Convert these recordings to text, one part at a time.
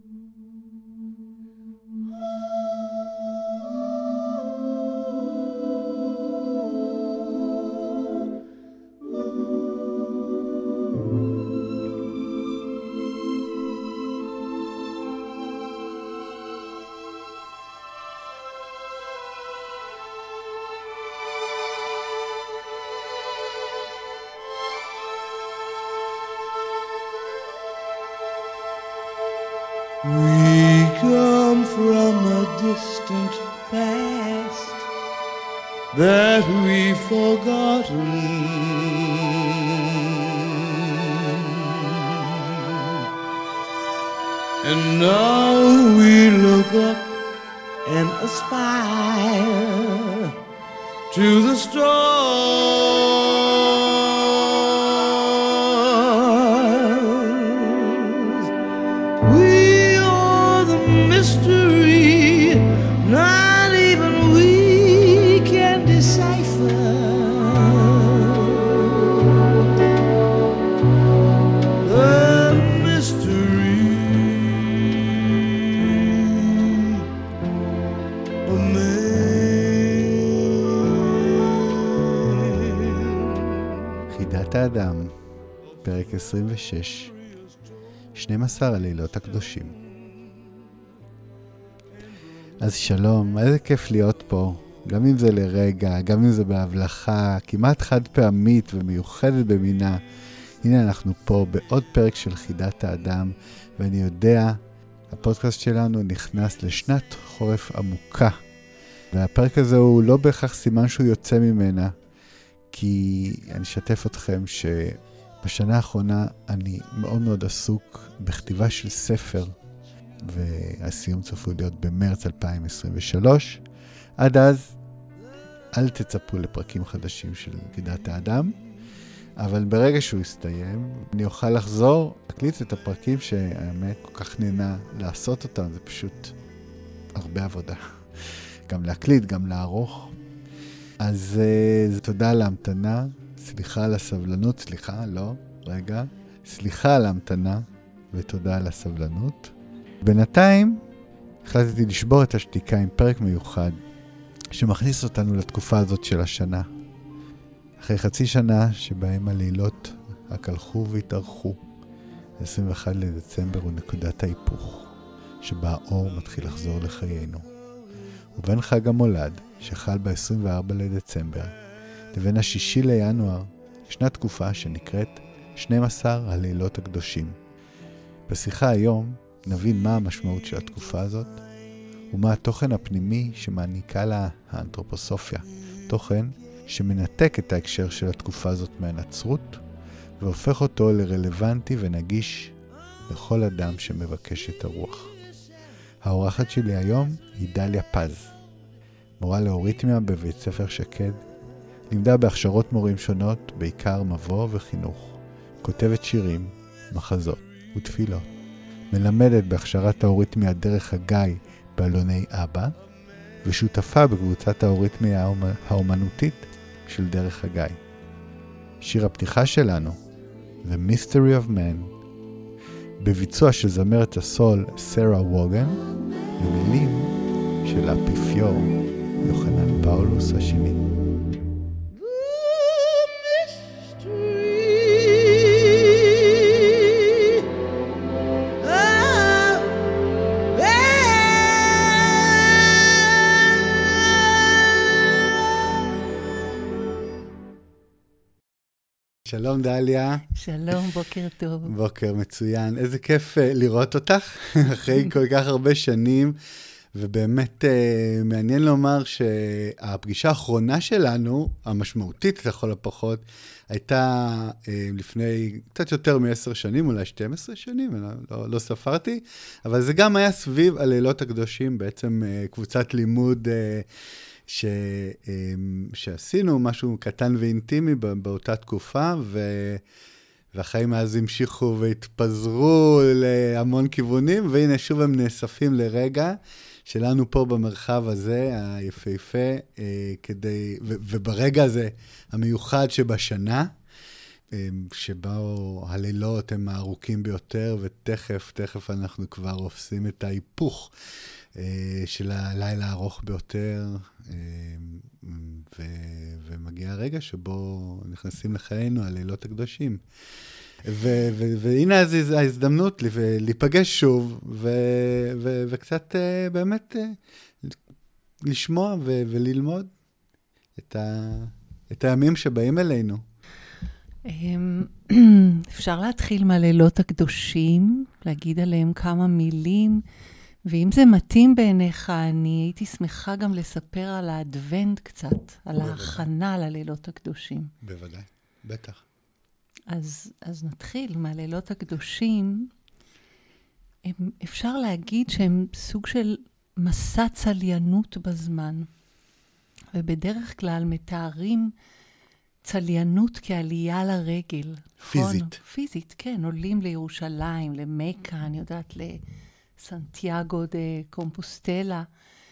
We come from a distant past that we've forgotten. And now we look up and aspire to the stars. We mystery, not even we can decipher. The mystery of man. חידת האדם, פרק 26, 12 הלילות הקדושים. אז שלום, איזה כיף להיות פה, גם אם זה לרגע, גם אם זה בהבלחה, כמעט חד פעמית ומיוחדת במינה. הנה אנחנו פה בעוד פרק של חידת האדם, ואני יודע, הפודקאסט שלנו נכנס לשנת חורף עמוקה. והפרק הזה הוא לא בהכרח סימן שהוא יוצא ממנה, כי אני אשתף אתכם שבשנה האחרונה אני מאוד מאוד עסוק בכתיבה של ספר, והסיום צפוי להיות במרץ 2023. עד אז אל תצפו לפרקים חדשים של חידת האדם, אבל ברגע שהוא יסתיים אני אוכל לחזור להקליט את הפרקים שהאמת כל כך נהנה לעשות אותם. זה פשוט הרבה עבודה, גם להקליט, גם לערוך. אז תודה על ההמתנה, סליחה על הסבלנות, סליחה על ההמתנה ותודה על הסבלנות. בינתיים החלטתי לשבור את השתיקה עם פרק מיוחד שמכניס אותנו לתקופה הזאת של השנה. אחרי חצי שנה שבהם הלילות רק הלכו והתארכו, 21 לדצמבר הוא נקודת ההיפוך, שבה האור מתחיל לחזור לחיינו. ובין חג המולד שחל ב-24 לדצמבר לבין ה-6 לינואר ישנה תקופה שנקראת 12 הלילות הקדושים. בשיחה היום נבין מה המשמעות של התקופה הזאת, ומה התוכן הפנימי שמעניקה לה האנתרופוסופיה. תוכן שמנתק את ההקשר של התקופה הזאת מהנצרות, והופך אותו לרלוונטי ונגיש לכל אדם שמבקש את הרוח. האורחת שלי היום היא דליה פז, מורה לאוריתמיה בבית ספר שקד, לימדה בהכשרות מורים שונות, בעיקר מבוא וחינוך, כותבת שירים, מחזות ותפילות. מלמדת בהכשרת האוריתמיה דרך הגיא באלוני אבא, ושותפה בקבוצת האוריתמיה האומנותית של דרך הגיא. שיר הפתיחה שלנו, The Mystery of Man, בביצוע של זמרת הסול סרה ווגן, ומילים של האפיפיור יוחנן פאולוס השני. שלום דליה. שלום, בוקר טוב. בוקר מצוין. איזה כיף לראות אותך אחרי כל כך הרבה שנים, ובאמת מעניין לומר שהפגישה האחרונה שלנו, המשמעותית לכל הפחות, הייתה לפני קצת יותר מ10 שנים, אולי 12 שנים, לא ספרתי, אבל זה גם היה סביב הלילות הקדושים, בעצם קבוצת לימוד שעשינו משהו קטן ואינטימי באותה תקופה, והחיים אז המשיכו והתפזרו להמון כיוונים, והנה שוב הם נאספים לרגע שלנו פה במרחב הזה, היפהפה, וברגע הזה המיוחד שבשנה, שבו הלילות הם הארוכים ביותר, ותכף אנחנו כבר עושים את ההיפוך של הלילה הארוך ביותר, ומגיע הרגע שבו נכנסים לחיינו הלילות הקדושים. והנה ההזדמנות להיפגש שוב, וקצת באמת לשמוע וללמוד את הימים שבאים אלינו. אפשר להתחיל מהלילות הקדושים, להגיד עליהם כמה מילים, ואם זה מתאים בעיניך, אני הייתי שמחה גם לספר על האדוונט קצת, על ההכנה ללילות הקדושים. בוודאי, בטח. אז נתחיל מהלילות הקדושים. אפשר להגיד שהם סוג של מסע צליינות בזמן, ובדרך כלל מתארים צליינות כעלייה לרגל. פיזית. פיזית, כן. עולים לירושלים, למקה, אני יודעת, לסנטיאגו דה קומפוסטלה.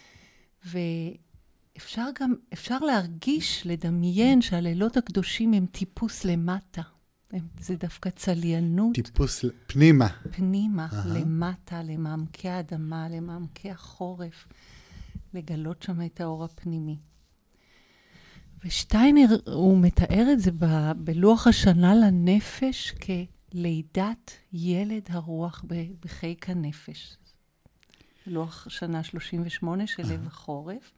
ואפשר להרגיש, לדמיין שהלילות הקדושים הם טיפוס למטה. זה דווקא צליינות. טיפוס פנימה. פנימה, למטה, למעמקי האדמה, למעמקי החורף. לגלות שם את האור הפנימי. ושטיינר, הוא מתאר את זה בלוח השנה לנפש כלידת ילד הרוח בחיק הנפש. לוח שנה 38 של לב החורף.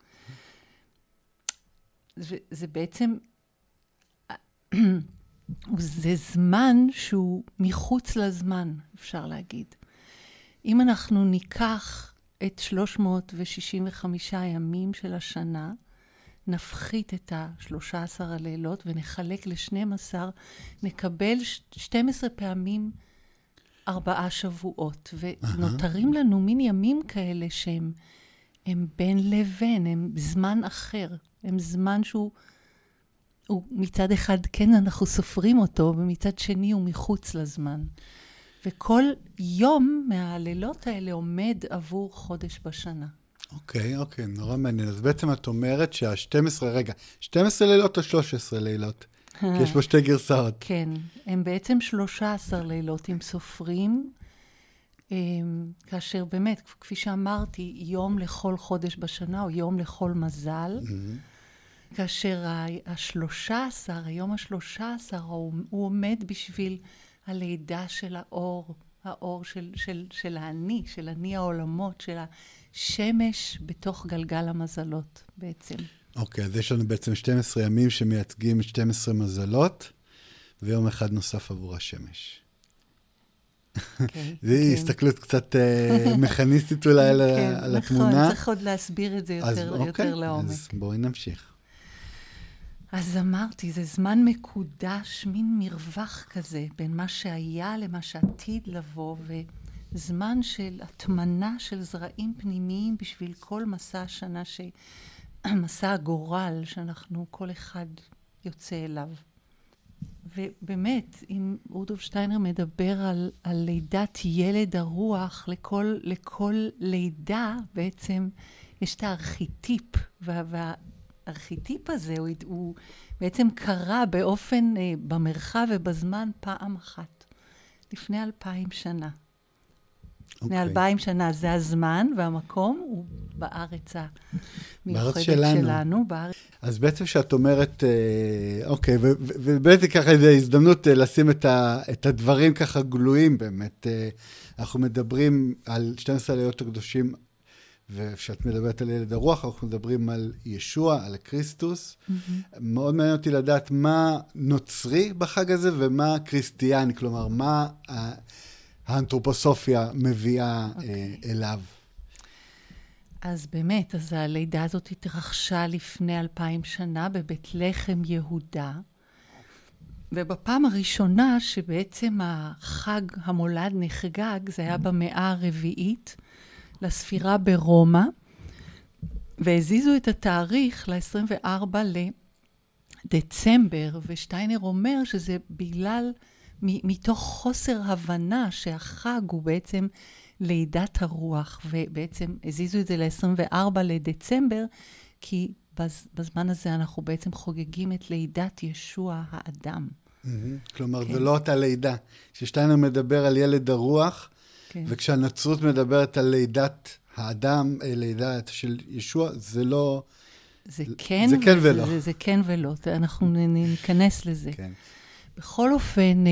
זה בעצם, זה זמן שהוא מחוץ לזמן, אפשר להגיד. אם אנחנו ניקח את 365 ימים של השנה, נפחית את ה-13 הלילות ונחלק ל-12, נקבל 12 פעמים 4 שבועות. ונותרים לנו מין ימים כאלה שהם בין לבין, הם זמן אחר. הם זמן שהוא מצד אחד, כן, אנחנו סופרים אותו, ומצד שני הוא מחוץ לזמן. וכל יום מהלילות האלה עומד עבור חודש בשנה. אוקיי, נורא מעניין. אז בעצם את אומרת 12 לילות או 13 לילות? כי יש פה 2 גרסאות. כן, הם בעצם 13 לילות עם סופרים, כאשר באמת, כפי שאמרתי, יום לכל חודש בשנה, או יום לכל מזל, כאשר היום ה-13, הוא עומד בשביל הלידה של האור של האני, של אני העולמות, של השמש בתוך גלגל המזלות בעצם. אוקיי, אז יש לנו בעצם 12 ימים שמייצגים 12 מזלות, ויום אחד נוסף עבור השמש. זו הסתכלות קצת מכניסטית אולי על התמונה. נכון, צריך עוד להסביר את זה יותר לעומק. אז בואי נמשיך. אז אמרתי, זה זמן מקודש, מין מרווח כזה, בין מה שהיה למה שעתיד לבוא, וזמן של התמנה של זרעים פנימיים בשביל כל מסע השנה, מסע הגורל שאנחנו, כל אחד יוצא אליו. ובאמת, אם רודולף שטיינר מדבר על לידת ילד הרוח, לכל לידה בעצם יש את הארכיטיפ, הארכיטיפ הזה הוא בעצם קרה באופן, במרחב ובזמן פעם אחת, לפני 2000 שנה. לפני 2000 שנה זה הזמן, והמקום הוא בארץ המיוחדת שלנו. אז בעצם שאת אומרת, אוקיי, ובעצם ככה זו הזדמנות לשים את הדברים ככה גלויים באמת. אנחנו מדברים על 12 לילות הקדושים, וכשאת מדברת על ילד הרוח, אנחנו מדברים על ישוע, על הקריסטוס. מאוד מעניין אותי לדעת מה נוצרי בחג הזה ומה קריסטיאני, כלומר, מה האנתרופוסופיה מביאה אליו. אז באמת, אז הלידה הזאת התרחשה לפני 2000 שנה בבית לחם יהודה, ובפעם הראשונה שבעצם החג המולד נחגג, זה היה במאה הרביעית, לספירה ברומא, והזיזו את התאריך ל-24 לדצמבר, ושטיינר אומר שזה בגלל, מתוך חוסר הבנה שהחג הוא בעצם לידת הרוח, ובעצם הזיזו את זה ל-24 לדצמבר, כי בזמן הזה אנחנו בעצם חוגגים את לידת ישוע האדם. כלומר, זה לא אותה לידה. ששטיינר מדבר על ילד הרוח, וכשהנצרות מדברת על לידת האדם, לידה של ישוע, זה לא... זה כן ולא. זה כן ולא. אנחנו ניכנס לזה. כן. בכל אופן,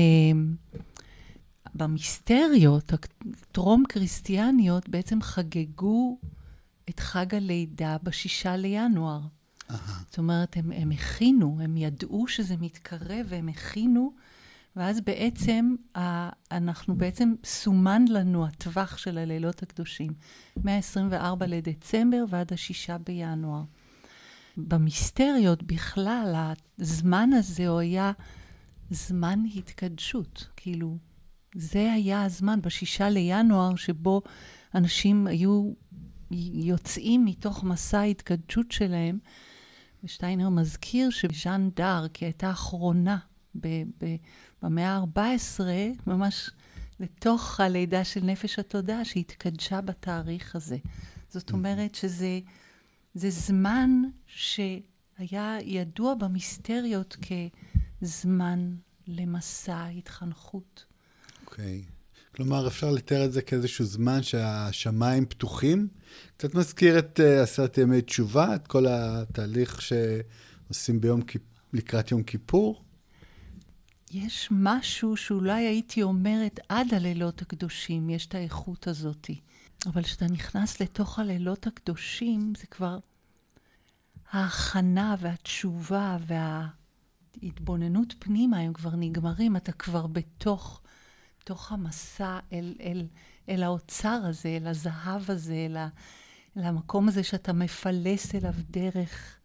במיסטריות, הטרום קריסטיאניות בעצם חגגו את חג הלידה ב6 לינואר. זאת אומרת, הם הכינו, הם ידעו שזה מתקרב, והם הכינו, ואז בעצם, אנחנו בעצם סומן לנו הטווח של הלילות הקדושים, מה-24 לדצמבר ועד ה6 בינואר. במיסטריות בכלל, הזמן הזה הוא היה זמן התקדשות, כאילו, זה היה הזמן ב6 לינואר שבו אנשים היו יוצאים מתוך מסע ההתקדשות שלהם, ושטיינר מזכיר שז'אן דארק הייתה האחרונה במאה ה-14, ממש לתוך הלידה של נפש התודעה שהתקדשה בתאריך הזה. זאת אומרת שזה זמן שהיה ידוע במיסטריות כזמן למסע התחנכות. אוקיי. כלומר, אפשר לתאר את זה כאיזשהו זמן שהשמיים פתוחים. קצת מזכיר את 10 ימי תשובה, את כל התהליך שעושים לקראת יום כיפור. יש משהו שאולי הייתי אומרת עד הלילות הקדושים, יש את האיכות הזאת. אבל כשאתה נכנס לתוך הלילות הקדושים, זה כבר ההכנה והתשובה וההתבוננות פנימה, הם כבר נגמרים, אתה כבר בתוך המסע אל האוצר הזה, אל הזהב הזה, אל המקום הזה שאתה מפלס אליו דרך,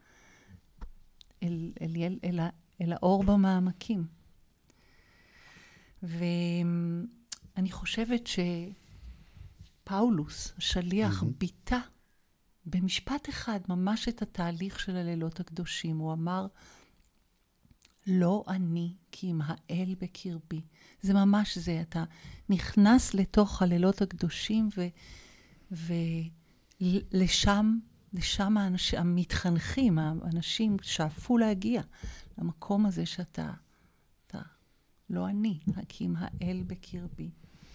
אל האור במעמקים. ואני חושבת שפאולוס, השליח, ביטא במשפט אחד ממש את התהליך של הלילות הקדושים. הוא אמר, לא אני, כי אם האל בקרבי. זה ממש זה, אתה נכנס לתוך הלילות הקדושים ולשם המתחנכים, האנשים שאפו להגיע למקום הזה שאתה לא אני, כי אם האל בקרבי.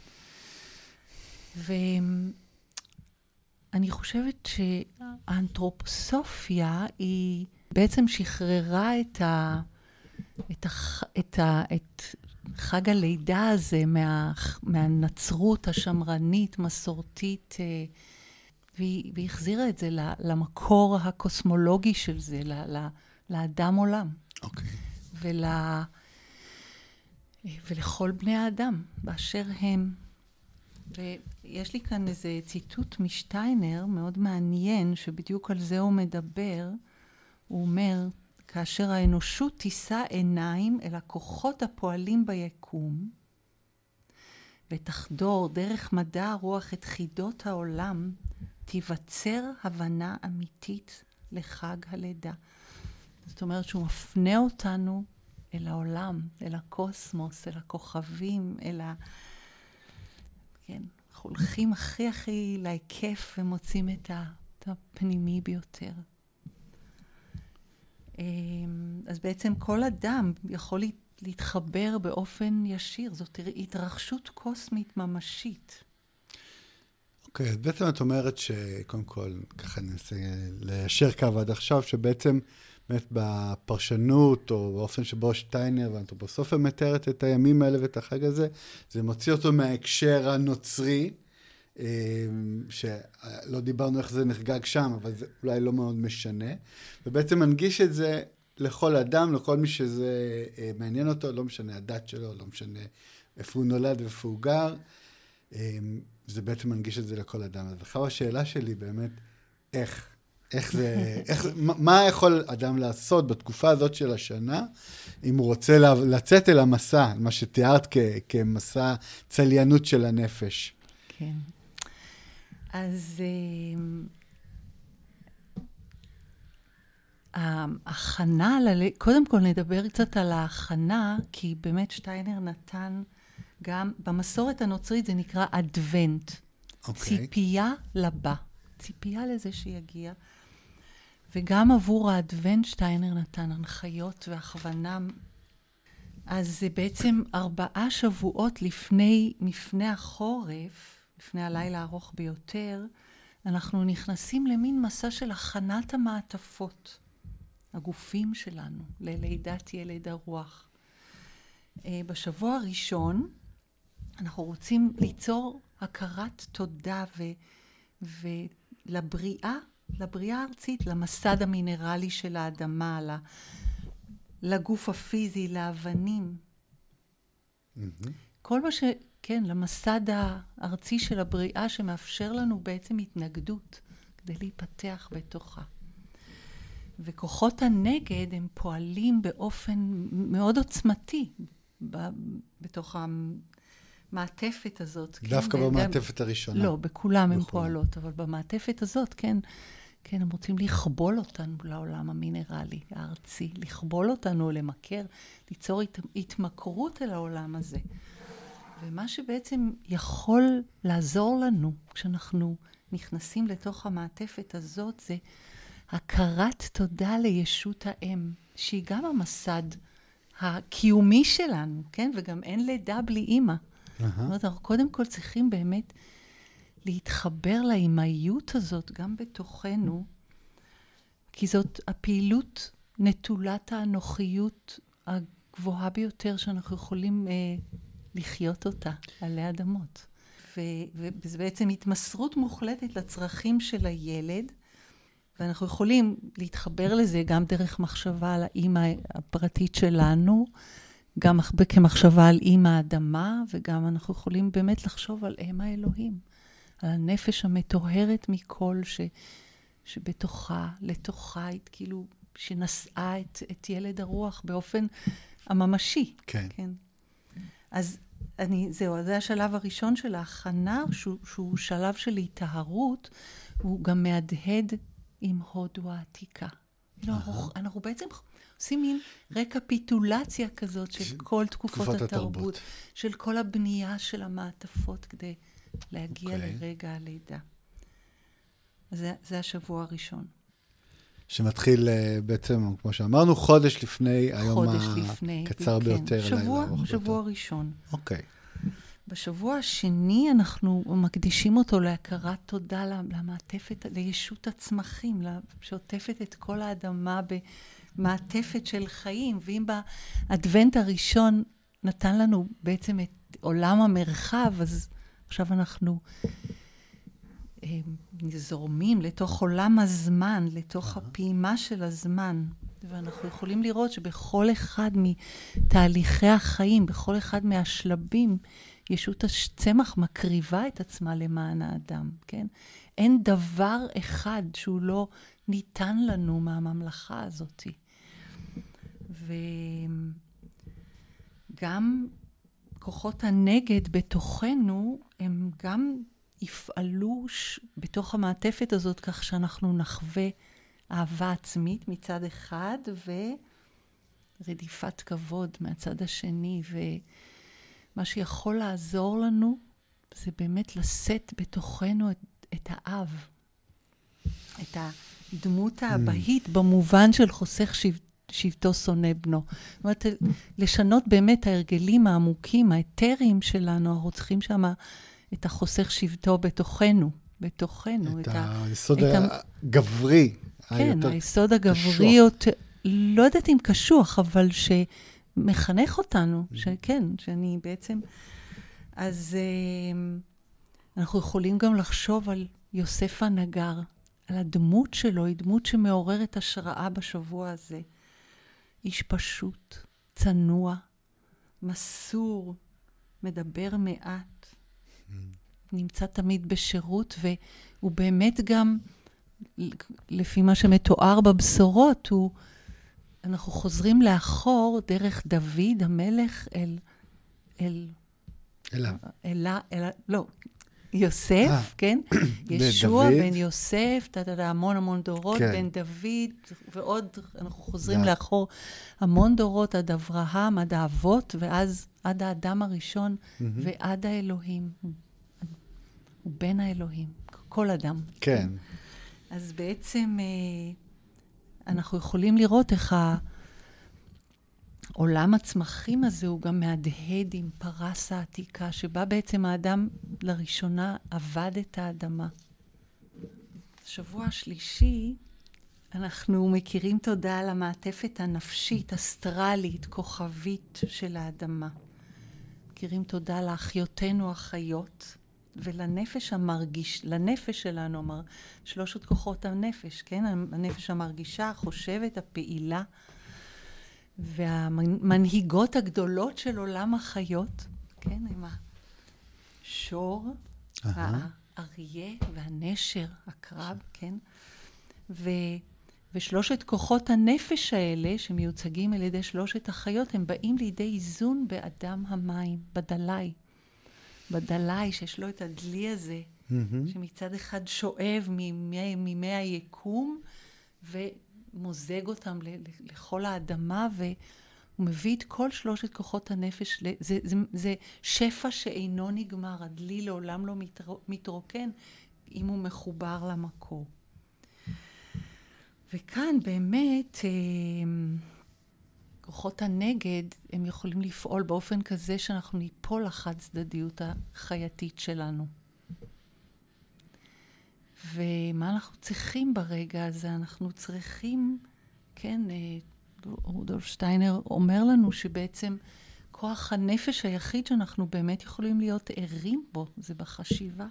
ואני חושבת שהאנתרופוסופיה היא בעצם שחררה את חג הלידה הזה מהנצרות השמרנית, מסורתית, והיא החזירה את זה למקור הקוסמולוגי של זה, לאדם עולם. אוקיי. ולכל בני האדם, באשר הם. ויש לי כאן איזה ציטוט משטיינר, מאוד מעניין, שבדיוק על זה הוא מדבר. הוא אומר, כאשר האנושות תישא עיניים אל הכוחות הפועלים ביקום, ותחדור דרך מדע הרוח את חידות העולם, תיווצר הבנה אמיתית לחג הלידה. זאת אומרת שהוא מפנה אותנו אל העולם, אל הקוסמוס, אל הכוכבים, כן, אנחנו הולכים הכי להיקף ומוצאים את הפנימי ביותר. אז בעצם כל אדם יכול להתחבר באופן ישיר, זאת התרחשות קוסמית ממשית. אוקיי, אז בעצם את אומרת שקודם כל, ככה ננסה ליישר קו עד עכשיו, שבעצם באמת בפרשנות או באופן שבו שטיינר והאנתרופוסופיה מתארת את הימים האלה ואת החג הזה, זה מוציא אותו מההקשר הנוצרי, שלא דיברנו איך זה נחגג שם, אבל זה אולי לא מאוד משנה, ובעצם מנגיש את זה לכל אדם, לכל מי שזה מעניין אותו, לא משנה הדת שלו, לא משנה איפה הוא נולד ואיפה הוא גר, זה בעצם מנגיש את זה לכל אדם. אז אחר השאלה שלי באמת, מה יכול אדם לעשות בתקופה הזאת של השנה, אם הוא רוצה לצאת אל המסע, מה שתיארת כמסע צליינות של הנפש? כן. אז ההכנה, קודם כל נדבר קצת על ההכנה, כי באמת שטיינר נתן גם, במסורת הנוצרית זה נקרא אדוונט. ציפייה לבא. ציפייה לזה שיגיע. וגם עבור האדוונט שטיינר נתן הנחיות והכוונה אז זה בעצם 4 שבועות לפני מפנה החורף, לפני הלילה הארוך ביותר, אנחנו נכנסים למין מסע של הכנת המעטפות, הגופים שלנו, ללידת ילד הרוח. בשבוע הראשון אנחנו רוצים ליצור הכרת תודה ולבריאה, לבריאה הארצית, למסד המינרלי של האדמה, לגוף הפיזי, לאבנים. כל מה כן, למסד הארצי של הבריאה שמאפשר לנו בעצם התנגדות כדי להיפתח בתוכה. וכוחות הנגד הם פועלים באופן מאוד עוצמתי בתוך המעטפת הזאת. דווקא כן, במעטפת הראשונה. לא, בכולם הן פועלות, אבל במעטפת הזאת, כן, הם רוצים לכבול אותנו לעולם המינרלי, הארצי, לכבול אותנו, למכר, ליצור התמכרות אל העולם הזה. ומה שבעצם יכול לעזור לנו כשאנחנו נכנסים לתוך המעטפת הזאת, זה הכרת תודה לישות האם, שהיא גם המסד הקיומי שלנו, כן? וגם אין לידה בלי אימא. זאת אומרת, אנחנו קודם כל צריכים באמת להתחבר לאימהיות הזאת גם בתוכנו, כי זאת הפעילות נטולת האנוכיות הגבוהה ביותר שאנחנו יכולים לחיות אותה עלי אדמות. וזה בעצם התמסרות מוחלטת לצרכים של הילד, ואנחנו יכולים להתחבר לזה גם דרך מחשבה על האמא הפרטית שלנו, גם כמחשבה על אמא האדמה, וגם אנחנו יכולים באמת לחשוב על אם האלוהים, על הנפש המטוהרת מכל שבתוכה, לתוכה, כאילו שנשאה את ילד הרוח באופן הממשי. כן. כן. אז זהו, זה השלב הראשון של ההכנה, שהוא שלב של התאהרות, הוא גם מהדהד עם הודו העתיקה. אנחנו בעצם עושים מין רקפיטולציה כזאת של כל תקופות התרבות, של כל הבנייה של המעטפות כדי להגיע לרגע הלידה. זה השבוע הראשון. שמתחיל בעצם, כמו שאמרנו, חודש לפני היום הקצר ביותר. שבוע ראשון. אוקיי. בשבוע השני אנחנו מקדישים אותו להכרת תודה למעטפת, לישות הצמחים, שעוטפת את כל האדמה במעטפת של חיים. ואם באדוונט הראשון נתן לנו בעצם את עולם המרחב, אז עכשיו אנחנו זורמים לתוך עולם הזמן, לתוך הפעימה של הזמן. ואנחנו יכולים לראות שבכל אחד מתהליכי החיים, בכל אחד מהשלבים, ישות הצמח מקריבה את עצמה למען האדם, כן? אין דבר אחד שהוא לא ניתן לנו מהממלכה הזאת. וגם כוחות הנגד בתוכנו, הם גם יפעלו בתוך המעטפת הזאת, כך שאנחנו נחווה אהבה עצמית מצד אחד, ורדיפת כבוד מהצד השני, ומה שיכול לעזור לנו, זה באמת לשאת בתוכנו את האב, את הדמות האבהית, במובן של חוסך שבטו שונא בנו. זאת אומרת, לשנות באמת ההרגלים העמוקים, האתריים שלנו, אנחנו צריכים שם את החוסך שבטו בתוכנו. את היסוד הגברי. כן, היסוד הגברי, לא יודעת אם קשוח, אבל שמחנך אותנו, שכן, שאני בעצם... אז אנחנו יכולים גם לחשוב על יוסף הנגר, על הדמות שלו, היא דמות שמעוררת השראה בשבוע הזה. איש פשוט, צנוע, מסור, מדבר מעט, נמצא תמיד בשירות, והוא באמת גם, לפי מה שמתואר בבשורות, אנחנו חוזרים לאחור דרך דוד המלך לא, יוסף, כן? ישוע בן יוסף, המון דורות, בן דוד, ועוד אנחנו חוזרים לאחור המון דורות עד אברהם, עד האבות, ואז עד האדם הראשון, ועד האלוהים. הוא בן האלוהים, כל אדם. כן. אז בעצם אנחנו יכולים לראות איך עולם הצמחים הזה הוא גם מהדהד עם פרס העתיקה, שבה בעצם האדם לראשונה עבד את האדמה. בשבוע השלישי אנחנו מכירים תודה על המעטפת הנפשית, אסטרלית, כוכבית של האדמה. מכירים תודה לאחיותינו החיות, ולנפש המרגיש, לנפש שלנו, שלושת כוחות הנפש, כן? הנפש המרגישה, החושבת, הפעילה, והמנהיגות הגדולות של עולם החיות, כן? עם השור, האריה והנשר, הקרב, כן? ושלושת כוחות הנפש האלה, שמיוצגים על ידי שלושת החיות, הם באים לידי איזון באדם המים, בדלי. בדלי, שיש לו את הדלי הזה, שמצד אחד שואב ממי היקום, ומוזג אותם לכל האדמה, והוא מביא את כל שלושת כוחות הנפש. זה שפע שאינו נגמר, הדלי לעולם לא מתרוקן, אם הוא מחובר למקור. וכאן באמת, כוחות הנגד, הם יכולים לפעול באופן כזה שאנחנו ניפול לחד צדדיות החייתית שלנו. ומה אנחנו צריכים ברגע הזה? אנחנו צריכים, כן, רודולף שטיינר אומר לנו שבעצם כוח הנפש היחיד שאנחנו באמת יכולים להיות ערים בו, זה בחשיבה.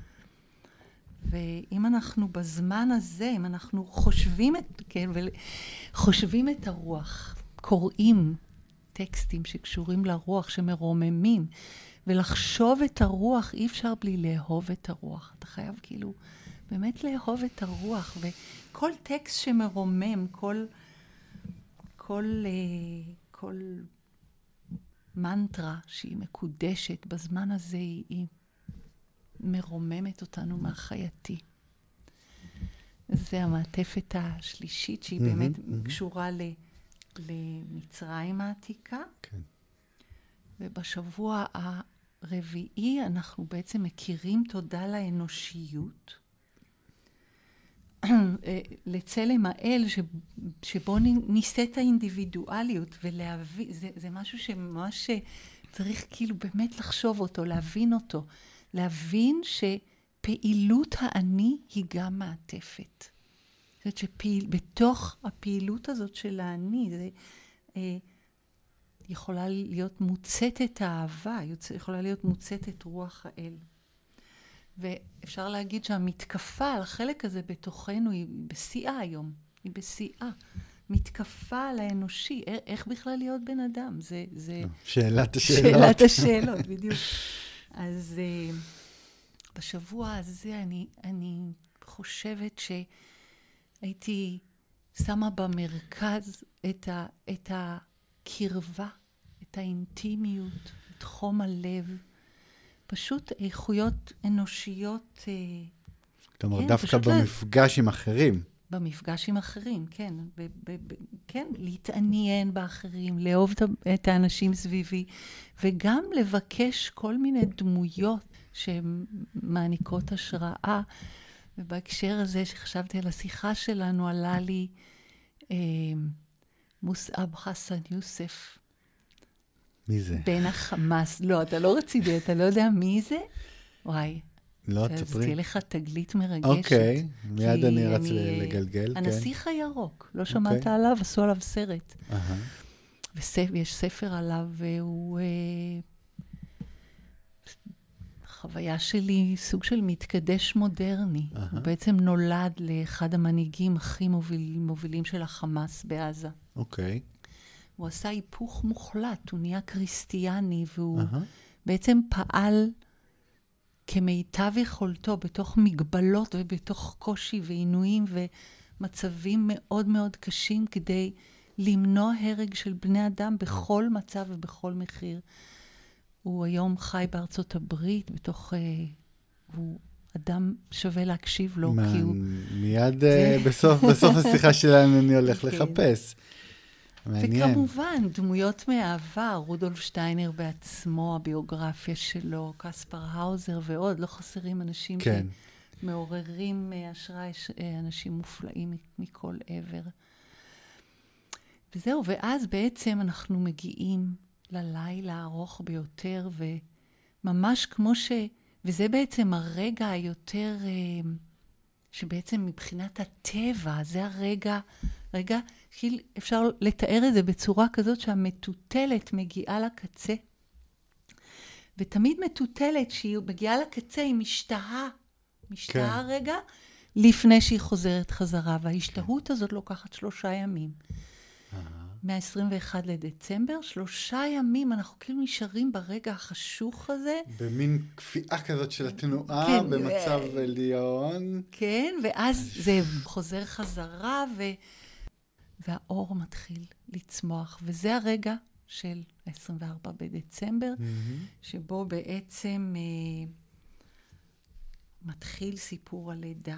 ואם אנחנו בזמן הזה, אם אנחנו חושבים את הרוח, קוראים טקסטים שקשורים לרוח, שמרוממים, ולחשוב את הרוח, אי אפשר בלי לאהוב את הרוח. אתה חייב כאילו באמת לאהוב את הרוח, וכל טקסט שמרומם, כל מנטרה שהיא מקודשת, בזמן הזה היא מרוממת אותנו מהחייתי. זה המעטפת השלישית, שהיא באמת קשורה למצרים העתיקה. כן. ובשבוע הרביעי אנחנו בעצם מכירים תודה לאנושיות, לצלם האל שבו ניסה את האינדיבידואליות ולהבין, זה משהו שממש צריך כאילו באמת לחשוב אותו, להבין אותו, להבין שפעילות האני היא גם מעטפת. זאת אומרת שבתוך הפעילות הזאת של האני, זה יכולה להיות מוצאת האהבה, יכולה להיות מוצאת רוח האל. ואפשר להגיד שהמתקפה על החלק הזה בתוכנו היא בשיאה היום, היא בשיאה. מתקפה על האנושי, איך בכלל להיות בן אדם? זה שאלת השאלות. שאלת השאלות, בדיוק. אז בשבוע הזה אני חושבת שהייתי שמה במרכז את הקרבה, את האינטימיות, את חום הלב, פשוט איכויות אנושיות. כלומר, כן, דווקא במפגש עם אחרים. במפגש עם אחרים, כן. כן, להתעניין באחרים, לאהוב את האנשים סביבי, וגם לבקש כל מיני דמויות שמעניקות השראה. ובהקשר הזה שחשבתי על השיחה שלנו, עלה לי מוסעב חסן יוסף. מי זה? בן החמאס. לא, אתה לא רציני, אתה לא יודע מי זה? וואי. לא, אז תספרי. תהיה לך תגלית מרגשת. אוקיי, מיד אני רץ לגלגל. הנסיך הירוק, לא שמעת עליו, עשו עליו סרט. ויש ספר עליו, והוא חוויה שלי, סוג של מתקדש מודרני. הוא בעצם נולד לאחד המנהיגים הכי מובילים של החמאס בעזה. אוקיי. הוא עשה היפוך מוחלט, הוא נהיה קריסטיאני, והוא בעצם פעל כמיטב יכולתו, בתוך מגבלות ובתוך קושי ועינויים ומצבים מאוד מאוד קשים, כדי למנוע הרג של בני אדם בכל מצב ובכל מחיר. הוא היום חי בארצות הברית, הוא אדם שווה להקשיב לו, כי הוא... מיד בסוף השיחה שלנו אני הולך לחפש. מעניין. וכמובן, דמויות מהעבר, רודולף שטיינר בעצמו, הביוגרפיה שלו, קספר האוזר ועוד, לא חסרים אנשים שמעוררים השראה, אנשים מופלאים מכל עבר. וזהו, ואז בעצם אנחנו מגיעים ללילה הארוך ביותר, וממש כמו וזה בעצם הרגע היותר, שבעצם מבחינת הטבע, זה הרגע, אפשר לתאר את זה בצורה כזאת שהמטוטלת מגיעה לקצה, ותמיד מטוטלת שהיא מגיעה לקצה, היא משתהה רגע, לפני שהיא חוזרת חזרה, וההשתהות הזאת לוקחת 3 ימים. מה-21 לדצמבר, 3 ימים, אנחנו כאילו נשארים ברגע החשוך הזה. במין קפיאה כזאת של התנועה, במצב עליון. כן, ואז זה חוזר חזרה, והאור מתחיל לצמוח. וזה הרגע של 24 בדצמבר, שבו בעצם מתחיל סיפור הלידה.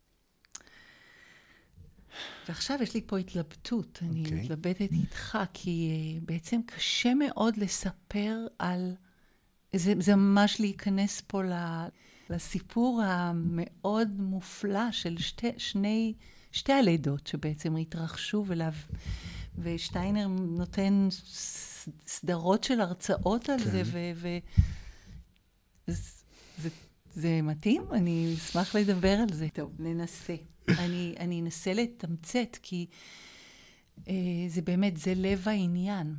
ועכשיו יש לי פה התלבטות, אני מתלבטת איתך, כי בעצם קשה מאוד לספר על, זה ממש להיכנס פה לסיפור המאוד מופלא של שתי הלידות שבעצם התרחשו, ושטיינר נותן סדרות של הרצאות על זה, זה מתאים? אני אשמח לדבר על זה. טוב, ננסה. אני אנסה לתמצת, כי זה באמת, זה לב העניין.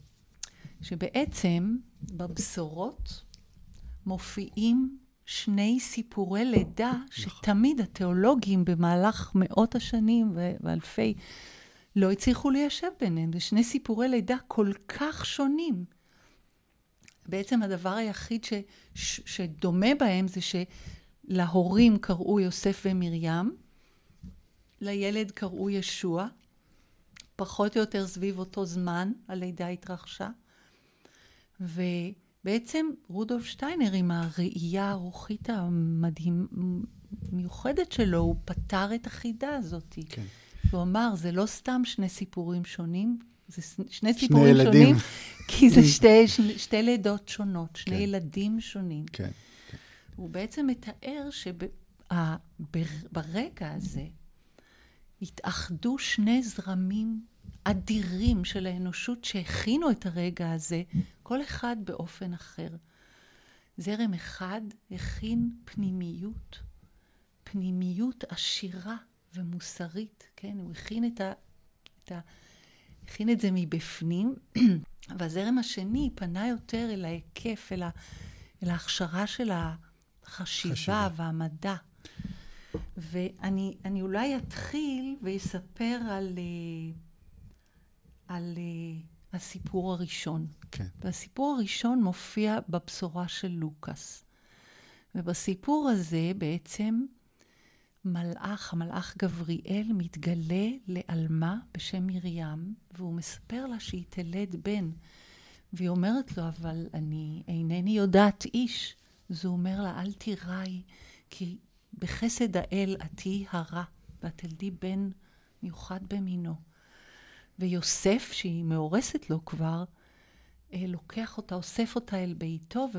שבעצם בבשורות מופיעים 2 סיפורי לידה, שתמיד התיאולוגים במהלך מאות השנים ואלפי לא הצליחו ליישב ביניהם. זה 2 סיפורי לידה כל כך שונים. בעצם הדבר היחיד שדומה בהם זה שלהורים קראו יוסף ומרים, לילד קראו ישוע, פחות או יותר סביב אותו זמן הלידה התרחשה, ובעצם רודולף שטיינר עם הראייה הרוחית המיוחדת שלו, הוא פתר את החידה הזאת. כן. הוא אמר, זה לא סתם 2 סיפורים שונים, זה 2 סיפורים שונים, כי זה 2 לידות שונות, 2 ילדים שונים. כן. הוא בעצם מתאר שברגע הזה התאחדו 2 זרמים אדירים של האנושות שהכינו את הרגע הזה, כל אחד באופן אחר. זרם אחד הכין פנימיות עשירה ומוסרית, כן? הוא הכין את זה מבפנים, והזרם השני פנה יותר אל ההיקף, אל ההכשרה של החשיבה והמדע. ואני אולי אתחיל ויספר על הסיפור הראשון. כן. והסיפור הראשון מופיע בבשורה של לוקאס. ובסיפור הזה בעצם המלאך גבריאל מתגלה לאלמה בשם מרים, והוא מספר לה שהיא תלד בן. והיא אומרת לו, אבל אני אינני יודעת איש. אז הוא אומר לה, אל תיראי, כי בחסד האל עתי הרע, ואת תלדי בן מיוחד במינו. ויוסף, שהיא מאורסת לו כבר, לוקח אותה, אוסף אותה אל ביתו,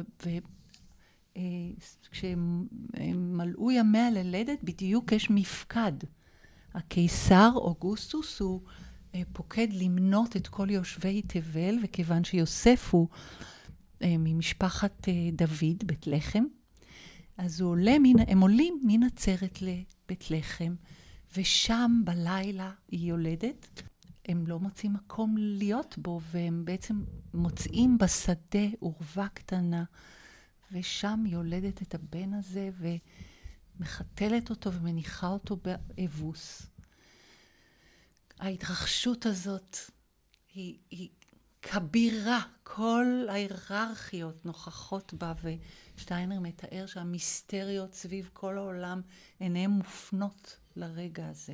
כשהם מלאו ימיה ללדת, בדיוק יש מפקד. הקיסר אוגוסטוס הוא פוקד למנות את כל יושבי תבל, וכיוון שיוסף הוא ממשפחת דוד, בית לחם, אז הם עולים מנצרת לבית לחם, ושם בלילה היא יולדת. הם לא מוצאים מקום להיות בו, והם בעצם מוצאים בשדה עורבה קטנה, ושם יולדת את הבן הזה, ומחתלת אותו ומניחה אותו באבוס. ההתרחשות הזאת היא כבירה, כל ההיררכיות נוכחות בה, ושטיינר מתאר שהמיסטריות סביב כל העולם עיניהם מופנות לרגע הזה.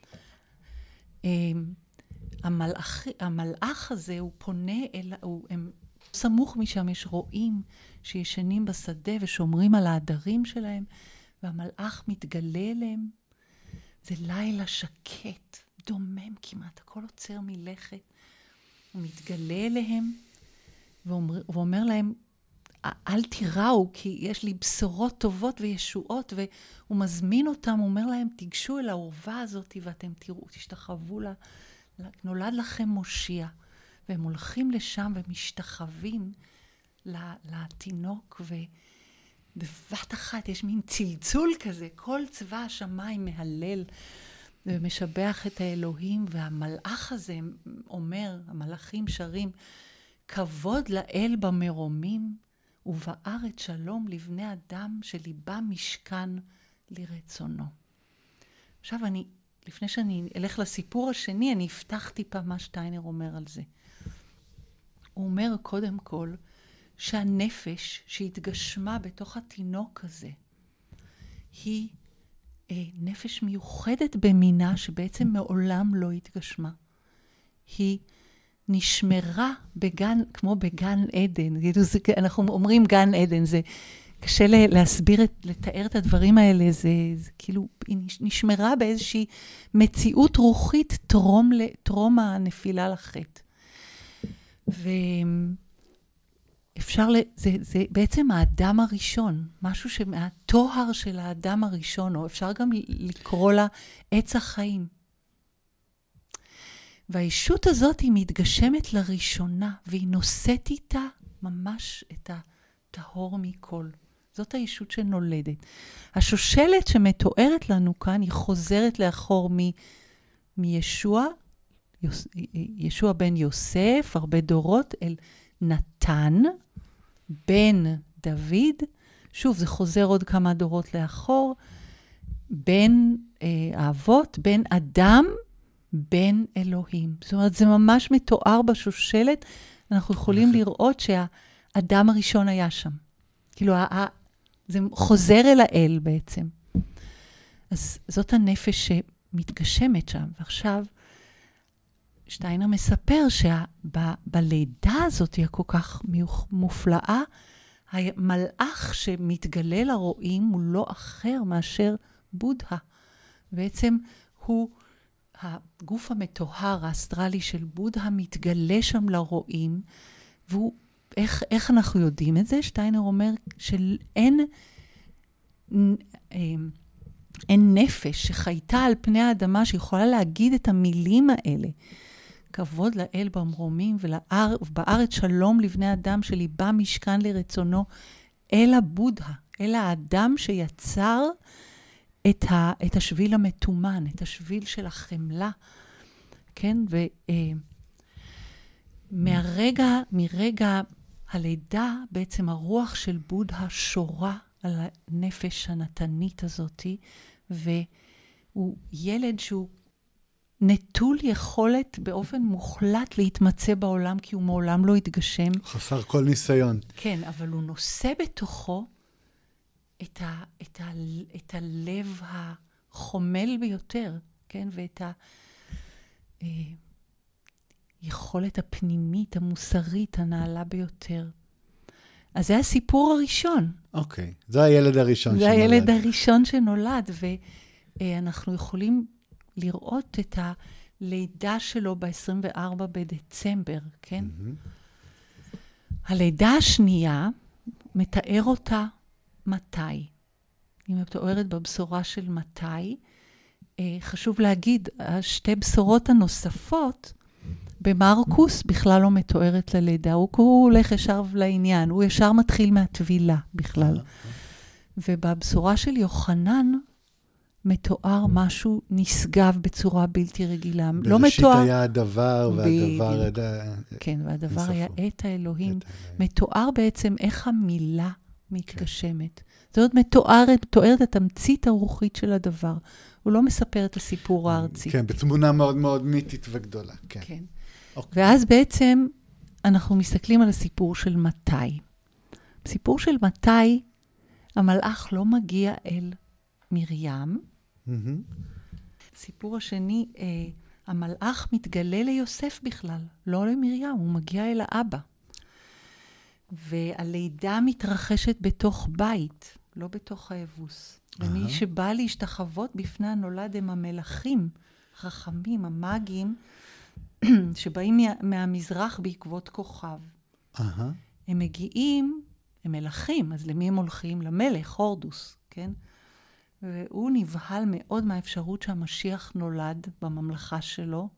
המלאך הזה הוא פונה הם סמוך משם, יש רועים שישנים בשדה ושומרים על העדרים שלהם, והמלאך מתגלה אליהם. זה לילה שקט, דומם כמעט, הכל עוצר מלכת. הוא מתגלה אליהם ואומר להם, אל תיראו, כי יש לי בשורות טובות וישועות, והוא מזמין אותם, הוא אומר להם, תיגשו אל העורבה הזאת ואתם תראו, תשתחוו נולד לכם מושיע. והם הולכים לשם ומשתחווים לתינוק, ובבת אחת יש מין צלצול כזה, כל צבא השמיים מהלל ומשבח את האלוהים, והמלאך הזה אומר, המלאכים שרים, כבוד לאל במרומים, ובארץ שלום לבני אדם שליבם משכן לרצונו. עכשיו לפני שאני אלך לסיפור השני, אני אפתח טיפה מה שטיינר אומר על זה. הוא אומר קודם כל שהנפש שהתגשמה בתוך התינוק הזה היא נפש מיוחדת במינה שבעצם מעולם לא התגשמה. היא נשמרה כמו בגן עדן. אנחנו אומרים גן עדן, זה קשה להסביר, לתאר את הדברים האלה, זה כאילו, היא נשמרה באיזושהי מציאות רוחית טרום הנפילה לחטא. ואפשר, זה בעצם האדם הראשון, משהו מהטוהר של האדם הראשון, או אפשר גם לקרוא לה עץ החיים. והישות הזאת היא מתגשמת לראשונה, והיא נושאת איתה ממש את הטהור מכל. זאת הישות שנולדת. השושלת שמתוארת לנו כאן, היא חוזרת לאחור מישוע, ישוע בן יוסף, הרבה דורות, אל נתן, בן דוד, שוב זה חוזר עוד כמה דורות לאחור, בן האבות, בן אדם, בן אלוהים. זאת אומרת, זה ממש מתואר בשושלת, אנחנו יכולים לראות שהאדם הראשון היה שם. כאילו, זה חוזר אל האל בעצם. אז זאת הנפש שמתגשמת שם. ועכשיו, שטיינר מספר שבלידה הזאת היא כל כך מופלאה, המלאך שמתגלה לרועים הוא לא אחר מאשר בודהה. בעצם הוא הגוף המטוהר, האסטרלי של בודהה, מתגלה שם לרועים, והוא, איך אנחנו יודעים את זה? שטיינר אומר שאין נפש שחייתה על פני האדמה שיכולה להגיד את המילים האלה. כבוד לאל במרומים ובארץ שלום לבני אדם שליבם משכן לרצונו, אלא בודהה, אלא האדם שיצר את השביל המתומן, את השביל של החמלה, כן? מרגע הלידה, בעצם הרוח של בודהה שורה על הנפש הנתנית הזאת, והוא ילד שהוא נטול יכולת באופן מוחלט להתמצא בעולם, כי הוא מעולם לא התגשם. חסר כל ניסיון. כן, אבל הוא נושא בתוכו את הלב החומל ביותר, כן? ואת היכולת הפנימית, המוסרית, הנעלה ביותר. אז זה הסיפור הראשון. אוקיי, זה הילד הראשון שנולד. זה הילד הראשון שנולד, ואנחנו יכולים לראות את הלידה שלו ב-24 בדצמבר, כן? הלידה השנייה מתאר אותה מתי. היא מתוארת בבשורה של מתי. חשוב להגיד, השתי בשורות הנוספות, במרקוס בכלל לא מתוארת ללידה. הוא הולך ישר לעניין, הוא ישר מתחיל מהטבילה בכלל. ובבשורה של יוחנן, מתואר משהו נשגב בצורה בלתי רגילה. בראשית היה הדבר, והדבר... כן, והדבר היה את האלוהים. מתואר בעצם איך המילה מתגשמת. זאת מתוארת את התמצית הרוחית של הדבר. הוא לא מספר את הסיפור הארצי. כן, בתמונה מאוד מאוד מיתית וגדולה. כן. ואז בעצם אנחנו מסתכלים על הסיפור של מתי. בסיפור של מתי, המלאך לא מגיע אל מרים. סיפור השני, המלאך מתגלה ליוסף בכלל, לא למרים, הוא מגיע אל האבא. והלידה מתרחשת בתוך בית, לא בתוך האבוס. ומי שבא להשתחוות בפני הנולד הם המלאכים, חכמים, המאגים, שבאים מהמזרח בעקבות כוכב. הם מגיעים, הם מלאכים, אז למי הם הולכים? למלך, הורדוס, כן? והוא נבהל מאוד מהאפשרות שהמשיח נולד בממלכה שלו,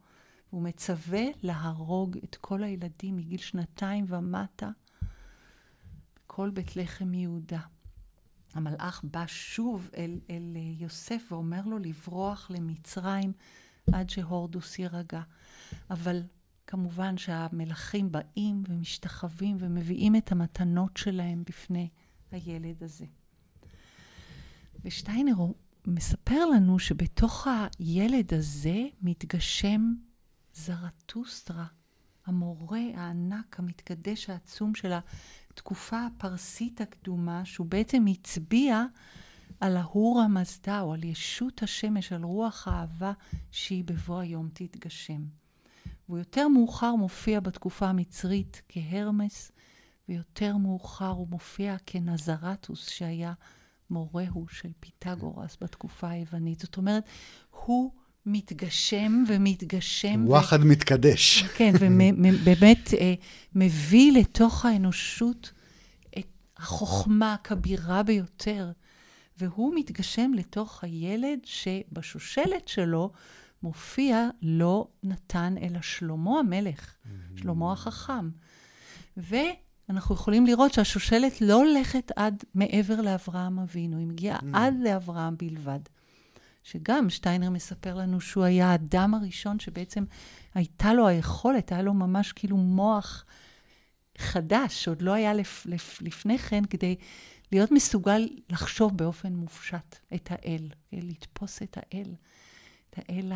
הוא מצווה להרוג את כל הילדים מגיל 2 ומטה, כל בית לחם יהודה. המלאך בא שוב אל יוסף ואומר לו לברוח למצרים עד שהורדוס יירגע. אבל כמובן שהמלכים באים ומשתחווים ומביאים את המתנות שלהם בפני הילד הזה. ושטיינר מספר לנו שבתוך הילד הזה מתגשם זרטוסטרה, המורה הענק, המתקדש העצום של התקופה הפרסית הקדומה, שהוא בעצם הצביע על ההור המזדה, או על ישות השמש, על רוח האהבה שהיא בבוא היום תתגשם. והוא יותר מאוחר מופיע בתקופה המצרית כהרמס, ויותר מאוחר הוא מופיע כנזרטוס, שהיה מורהו של פיתגורס בתקופה היוונית. זאת אומרת, הוא מתגשם ומתגשם. וואחד מתקדש. כן, ובאמת מביא לתוך האנושות את החוכמה הכבירה ביותר, והוא מתגשם לתוך הילד שבשושלת שלו מופיע לא נתן אלא שלמה המלך, שלמה החכם. ואנחנו יכולים לראות שהשושלת לא הולכת עד מעבר לאברהם אבינו, היא מגיעה עד לאברהם בלבד. שגם שטיינר מספר לנו שהוא היה האדם הראשון שבעצם הייתה לו היכולת, היה לו ממש כאילו מוח חדש, שעוד לא היה לפני כן, כדי להיות מסוגל לחשוב באופן מופשט את האל, לתפוס את האל, את האל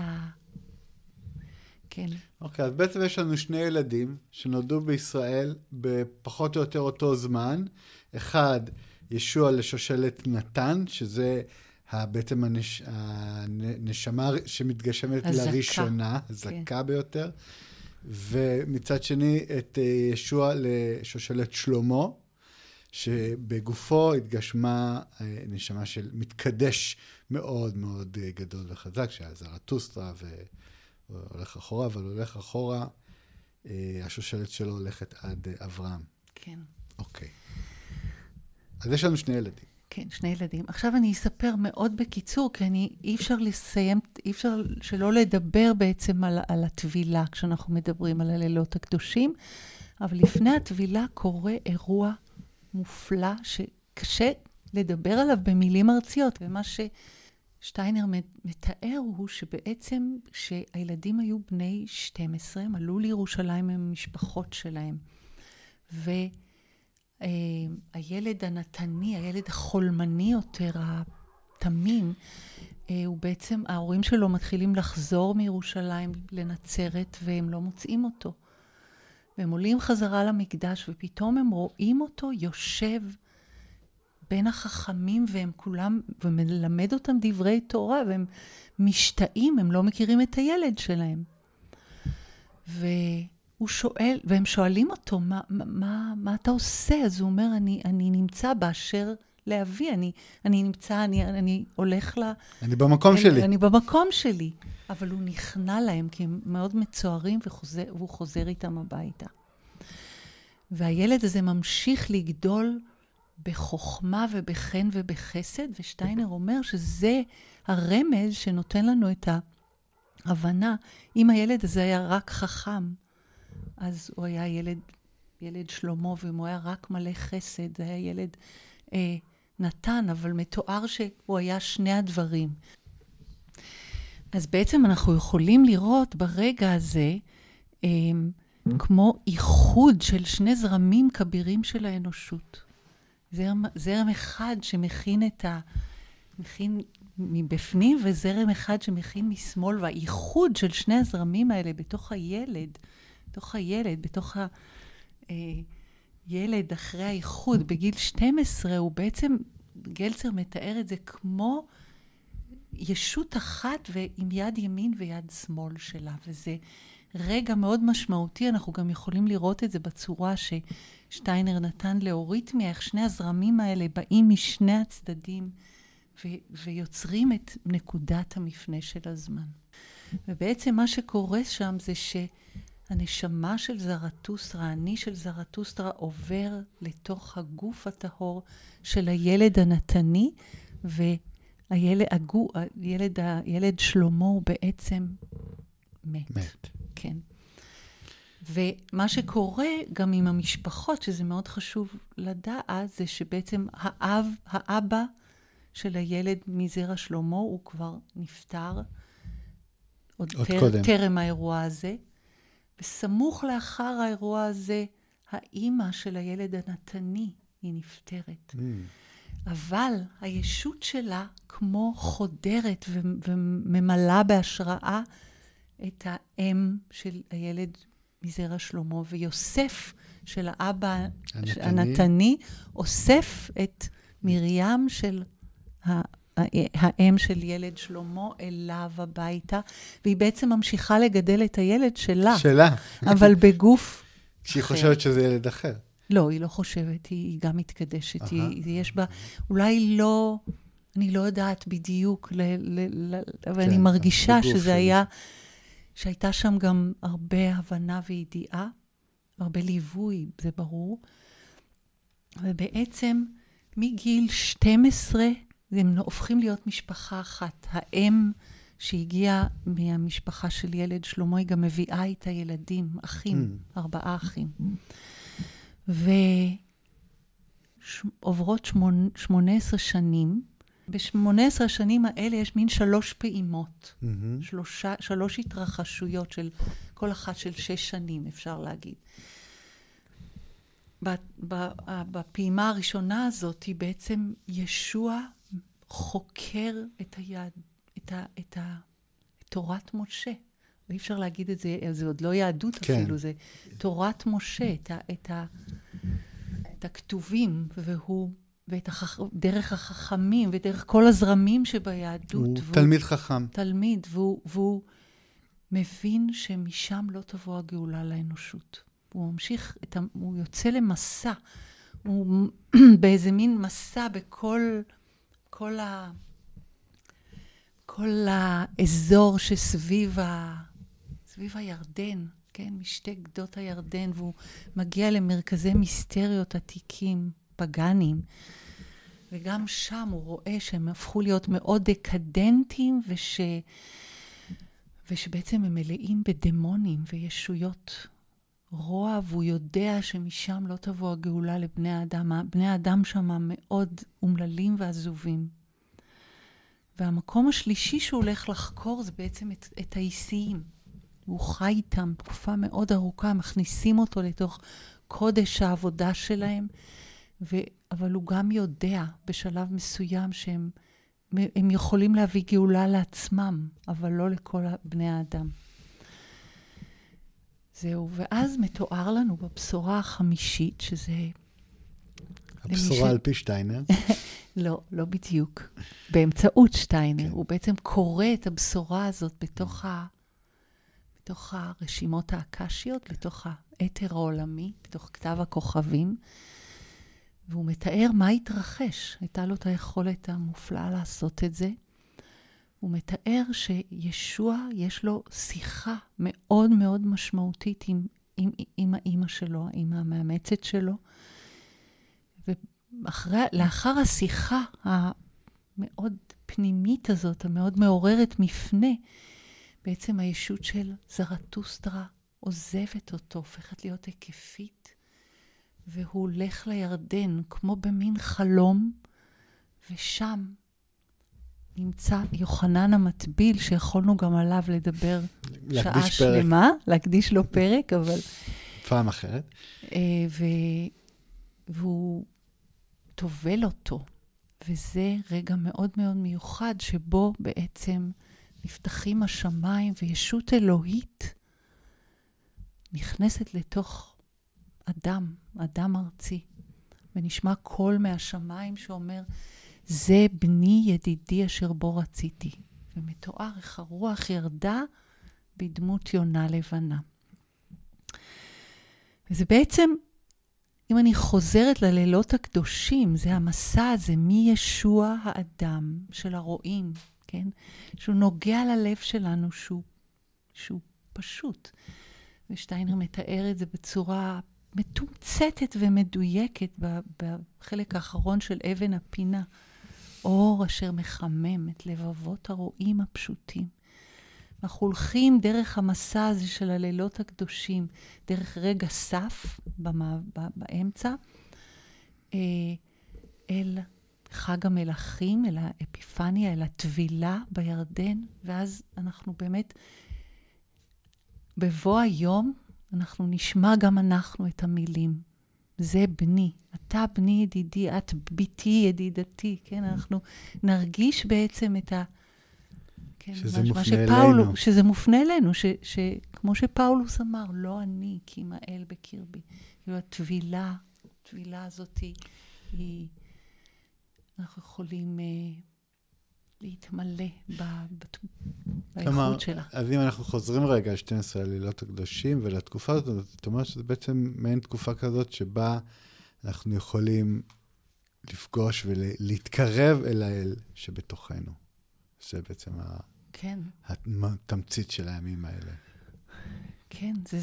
כן. אוקיי, אז בעצם יש לנו 2 ילדים שנולדו בישראל בפחות או יותר אותו זמן. אחד, ישוע לשושלת נתן, שזה בעצם הנשמה שמתגשמת לראשונה, הזכה ביותר. ומצד שני, את ישוע לשושלת שלמה, שבגופו התגשמה נשמה של מתקדש מאוד מאוד גדול וחזק, שהיה זרטוסטרה והולך אחורה, אבל הולך אחורה, השושלת שלו הולכת עד אברהם. כן. אוקיי. אז יש לנו 2 ילדים. כן, 2 ילדים. עכשיו אני אספר מאוד בקיצור, כי אי אפשר שלא לדבר בעצם על הטבילה, כשאנחנו מדברים על הלילות הקדושים, אבל לפני הטבילה קורה אירוע מופלא, שקשה לדבר עליו במילים ארציות, ומה ששטיינר מתאר הוא שבעצם שהילדים היו בני 12, הם עלו לירושלים עם המשפחות שלהם, הילד הנתני, הילד החולמני יותר, התמים, הוא בעצם, ההורים שלו מתחילים לחזור מירושלים לנצרת, והם לא מוצאים אותו. והם עולים חזרה למקדש, ופתאום הם רואים אותו יושב בין החכמים, והם כולם, ומלמד אותם דברי תורה, והם משתאים, הם לא מכירים את הילד שלהם. הוא שואל, והם שואלים אותו, מה אתה עושה? אז הוא אומר, אני נמצא באשר לאבי, אני נמצא, אני הולך אני במקום שלי. אני במקום שלי. אבל הוא נכנע להם, כי הם מאוד מצוערים, והוא חוזר איתם הביתה. והילד הזה ממשיך לגדול בחוכמה ובחן ובחסד, ושטיינר אומר שזה הרמז שנותן לנו את ההבנה. אם הילד הזה היה רק חכם, אז הוא היה ילד שלמה, ואם הוא היה רק מלא חסד, זה היה ילד נתן, אבל מתואר שהוא היה 2 הדברים. אז בעצם אנחנו יכולים לראות ברגע הזה, כמו איחוד של 2 זרמים כבירים של האנושות. זרם אחד שמכין מכין מבפנים, וזרם אחד שמכין משמאל, והאיחוד של 2 הזרמים האלה בתוך הילד, בתוך הילד אחרי האיחוד, בגיל 12, הוא בעצם, גלצר מתאר את זה כמו ישות אחת ועם יד ימין ויד שמאל שלה, וזה רגע מאוד משמעותי. אנחנו גם יכולים לראות את זה בצורה ששטיינר נתן לאוריתמיה, איך 2 הזרמים האלה באים מ2 הצדדים ויוצרים את נקודת המפנה של הזמן. ובעצם מה שקורה שם זה שהנשמה של זרטוסטרה, אני של זרטוסטרה, עובר לתוך הגוף הטהור של הילד הנתני, הילד שלמה הוא בעצם מת. כן. ומה שקורה גם עם המשפחות, שזה מאוד חשוב לדעת, זה שבעצם האבא של הילד מזרע שלמה, הוא כבר נפטר, עוד קודם. טרם האירוע הזה. וסמוך לאחר האירוע הזה, האימא של הילד הנתני היא נפטרת. אבל הישות שלה כמו חודרת וממלאה בהשראה את האם של הילד מזרע שלמה, ויוסף של האבא הנתני אוסף את מרים של האם של ילד שלמה אליו הביתה, והיא בעצם ממשיכה לגדל את הילד שלה. שלה. אבל בגוף כשהיא חושבת שזה ילד אחר. לא, היא לא חושבת, היא גם מתקדשת. יש בה, אולי לא, אני לא יודעת בדיוק, אבל אני מרגישה שזה היה, שהייתה שם גם הרבה הבנה וידיעה, הרבה ליווי, זה ברור. ובעצם מגיל 12, הם הופכים להיות משפחה אחת. האם שהגיעה מהמשפחה של ילד שלמה, היא גם מביאה את הילדים, אחים, 4 אחים. ועוברות 18 שנים. ב-18 השנים האלה יש מין 3 פעימות. 3 התרחשויות של כל אחת של 6 שנים, אפשר להגיד. בפעימה הראשונה הזאת, היא בעצם ישוע חוקר את תורת משה. אי אפשר להגיד את זה, זה עוד לא יהדות אפילו, זה תורת משה, את הכתובים, ואת דרך החכמים, ודרך כל הזרמים שביהדות. הוא תלמיד חכם. תלמיד, והוא מבין שמשם לא תבוא הגאולה לאנושות. הוא ממשיך, הוא יוצא למסע, הוא באיזה מין מסע בכל האזור שסביב הירדן, כן, משתי גדות הירדן, והוא מגיע למרכזי מיסטריות עתיקים, פגנים, וגם שם הוא רואה שהם הפכו להיות מאוד דקדנטים, ושבעצם הם מלאים בדמונים וישויות רוע, והוא יודע שמשם לא תבוא הגאולה לבני האדם. בני האדם שם מאוד אומללים ועזובים. והמקום השלישי שהוא הולך לחקור זה בעצם את האיסיים. הוא חי איתם תקופה מאוד ארוכה, מכניסים אותו לתוך קודש העבודה שלהם, אבל הוא גם יודע בשלב מסוים שהם יכולים להביא גאולה לעצמם, אבל לא לכל בני האדם. זהו, ואז מתואר לנו בבשורה החמישית, שזה... הבשורה על פי שטיינר? לא, לא בדיוק. באמצעות שטיינר. הוא בעצם קורא את הבשורה הזאת בתוך הרשימות האקשיות, בתוך האתר העולמי, בתוך כתב הכוכבים, והוא מתאר מה התרחש. הייתה לו את היכולת המופלאה לעשות את זה. הוא מתאר שישוע יש לו שיחה מאוד מאוד משמעותית עם האמא שלו, האמא המאמצת שלו. ולאחר השיחה המאוד פנימית הזאת, המאוד מעוררת מפנה, בעצם הישות של זרטוסטרה עוזבת אותו, הופכת להיות היקפית, והוא הולך לירדן כמו במין חלום, ושם נמצא יוחנן המטביל, שיכולנו גם עליו לדבר שעה שלמה, להקדיש לו פרק, אבל... פעם אחרת. והוא תובל אותו, וזה רגע מאוד מאוד מיוחד, שבו בעצם נפתחים השמיים, וישות אלוהית נכנסת לתוך אדם ארצי, ונשמע קול מהשמיים שאומר, זה בני ידידי אשר בו רציתי. ומתואר איך הרוח ירדה בדמות יונה לבנה. וזה בעצם, אם אני חוזרת ללילות הקדושים, זה המסע הזה מישוע האדם של הרועים, כן? שהוא נוגע ללב שלנו, שהוא פשוט. ושטיינר מתאר את זה בצורה מתומצתת ומדויקת בחלק האחרון של אבן הפינה. אור אשר מחמם את לבבות הרועים הפשוטים. אנחנו הולכים דרך המסע הזה של הלילות הקדושים, דרך רגע סף באמצע, אל חג המלכים, אל האפיפניה, אל הטבילה בירדן, ואז אנחנו באמת, בבוא היום, אנחנו נשמע גם אנחנו את המילים. זה בני, אתה בני ידידי, את ביתי ידידתי, כן? אנחנו נרגיש בעצם את כן, שזה מופנה אלינו. שזה מופנה אלינו, כמו שפאולוס אמר, לא אני, כי אם האל בקרבי. כאילו הטבילה הזאת היא, אנחנו יכולים להתמלא באיכות שלה. אז אם אנחנו חוזרים רגע על 12 הלילות הקדושים ולתקופה הזאת, זאת אומרת שזה בעצם מעין תקופה כזאת שבה אנחנו יכולים לפגוש ולהתקרב אל האל שבתוכנו. זה בעצם כן. התמצית של הימים האלה. כן, זה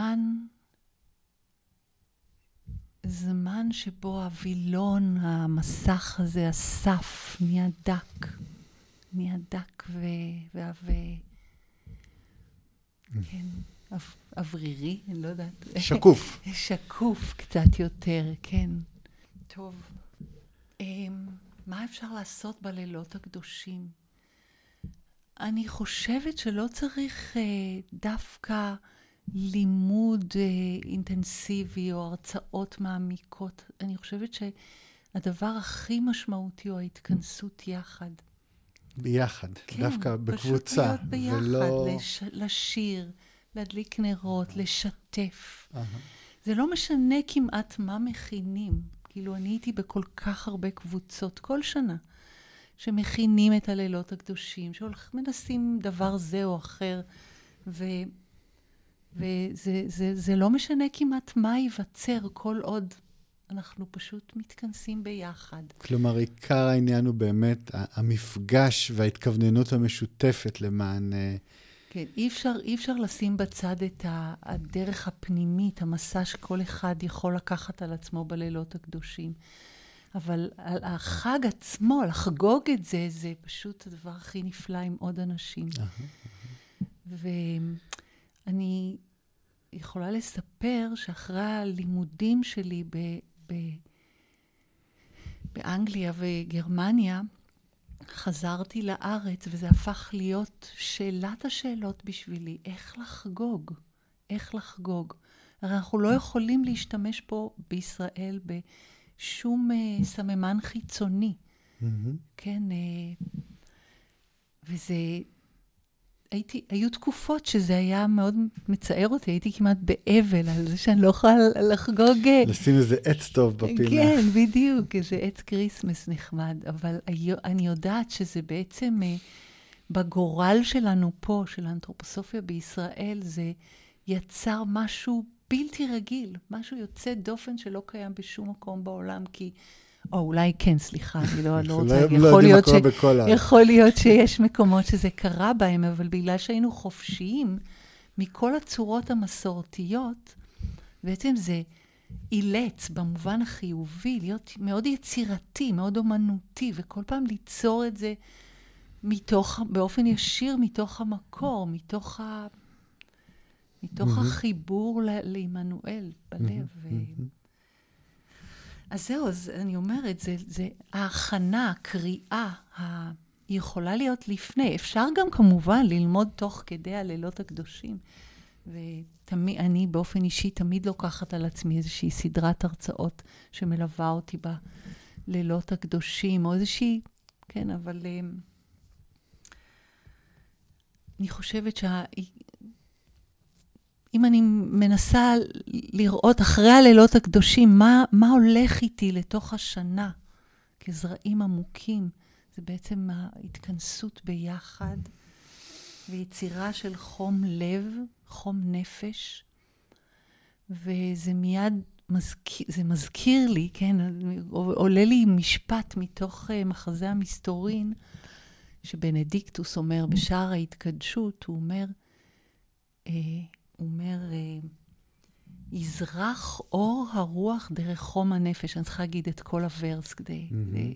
זמן שבו הווילון, המסך הזה, הסף, נהיה דק כן, אוורירי, אני לא יודעת. שקוף. שקוף קצת יותר, כן. טוב. מה אפשר לעשות בלילות הקדושים? אני חושבת שלא צריך דווקא לימוד אינטנסיבי או הרצאות מעמיקות. אני חושבת שהדבר הכי משמעותי הוא ההתכנסות יחד. ביחד, כן, דווקא בקבוצה. פשוט להיות ביחד, ולא... לשיר, להדליק נרות, לשתף. זה לא משנה כמעט מה מכינים. כאילו אני הייתי בכל כך הרבה קבוצות כל שנה. שמכינים את הלילות הקדושים, שמנסים דבר זה או אחר, וזה לא משנה כמעט מה ייווצר כל עוד אנחנו פשוט מתכנסים ביחד. כלומר, עיקר העניין הוא באמת המפגש וההתכווננות המשותפת למען... כן, אי אפשר לשים בצד את הדרך הפנימית, המסע שכל אחד יכול לקחת על עצמו בלילות הקדושים. אבל החג עצמו, לחגוג את זה, זה פשוט הדבר הכי נפלא עם עוד אנשים. ואני יכולה לספר שאחרי הלימודים שלי באנגליה וגרמניה, חזרתי לארץ, וזה הפך להיות שאלת השאלות בשבילי. איך לחגוג? הרי אנחנו לא יכולים להשתמש פה בישראל שום סממן חיצוני. כן, וזה... היו תקופות שזה היה מאוד מצער אותי, הייתי כמעט באבל על זה שאני לא יכולה לחגוג... לשים איזה עץ טוב בפינה. כן, בדיוק, איזה עץ קריסמס נחמד, אבל אני יודעת שזה בעצם בגורל שלנו פה, של האנתרופוסופיה בישראל, זה יצר משהו בלתי רגיל, משהו יוצא דופן שלא קיים בשום מקום בעולם, כי... או אולי כן, סליחה, אני לא רוצה... יכול להיות שיש מקומות שזה קרה בהם, אבל בגלל שהיינו חופשיים מכל הצורות המסורתיות, בעצם זה אילץ במובן החיובי, להיות מאוד יצירתי, מאוד אומנותי, וכל פעם ליצור את זה באופן ישיר מתוך המקור, מתוך החיבור לעמנואל בלב. אז זהו, אז אני אומרת, זה ההכנה, הקריאה, היא יכולה להיות לפני. אפשר גם כמובן ללמוד תוך כדי הלילות הקדושים. ואני באופן אישי תמיד לוקחת על עצמי איזושהי סדרת הרצאות שמלווה אותי בלילות הקדושים, או איזושהי, כן, אבל אני חושבת אם אני מנסה לראות אחרי הלילות הקדושים, מה הולך איתי לתוך השנה כזרעים עמוקים, זה בעצם ההתכנסות ביחד, ויצירה של חום לב, חום נפש, וזה מיד מזכיר לי, כן, עולה לי משפט מתוך מחזה המסתורין, שבנדיקטוס אומר בשער ההתקדשות, הוא אומר, יזרח אור הרוח דרך חום הנפש. אני צריכה להגיד את כל הוורס כדי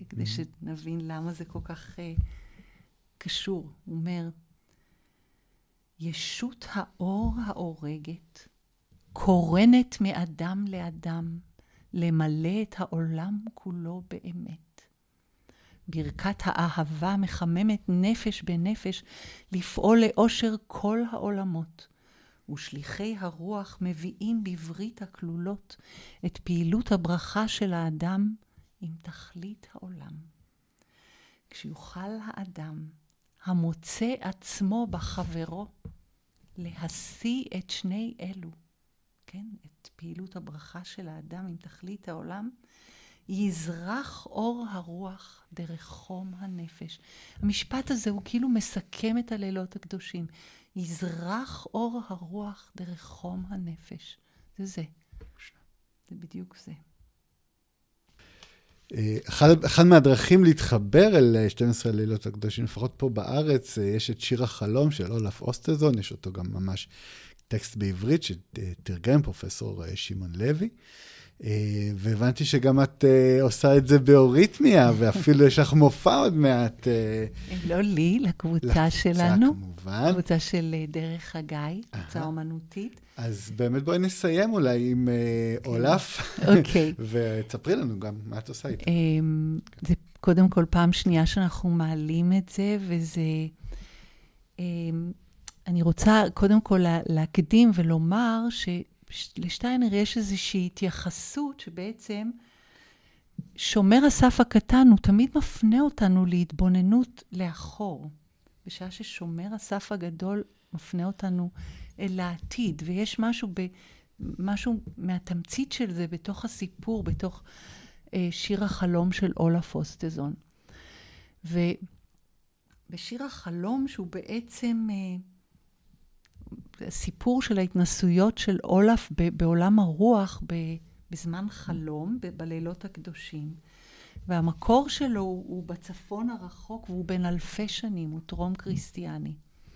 שנבין למה זה כל כך קשור. הוא אומר, ישות האור האורגת, קורנת מאדם לאדם, למלא את העולם כולו באמת. ברכת האהבה מחממת נפש בנפש, לפעול לאושר כל העולמות. ושליחי הרוח מביאים בברית הכלולות את פעילות הברכה של האדם עם תכלית העולם. כשיוכל האדם המוצא עצמו בחברו להשיא את שני אלו, כן, את פעילות הברכה של האדם עם תכלית העולם, יזרח אור הרוח דרך חום הנפש. המשפט הזה הוא כאילו מסכם את הלילות הקדושים. יזרח אור הרוח דרך חום הנפש. זה בדיוק זה. אחד מהדרכים להתחבר אל 12 הלילות הקדושים, לפחות פה בארץ, יש את שיר החלום של אולף אוסטזון, יש אותו גם ממש טקסט בעברית שתרגם פרופסור שמעון לוי, והבנתי שגם את עושה את זה באוריתמיה, ואפילו יש לך מופע עוד מעט. לא לי, לקבוצה שלנו. כמובן. קבוצה של דרך חגי, קבוצה אומנותית. אז באמת בואי נסיים אולי עם אולף. אוקיי. ותספרי לנו גם מה את עושה איתה. זה קודם כל פעם שנייה שאנחנו מעלים את זה, וזה... אני רוצה קודם כל להקדים ולומר שלשטיינר יש איזושהי התייחסות שבעצם שומר הסף הקטן הוא תמיד מפנה אותנו להתבוננות לאחור, בשעה ששומר הסף הגדול מפנה אותנו אל העתיד, ויש משהו מהתמצית של זה בתוך הסיפור, בתוך שיר החלום של אולף אוסטזון. ובשיר החלום שהוא בעצם סיפור של ההתנסויות של אולף בעולם הרוח בזמן חלום, בלילות הקדושים. והמקור שלו הוא בצפון הרחוק, והוא בן אלפי שנים, הוא טרום קריסטיאני.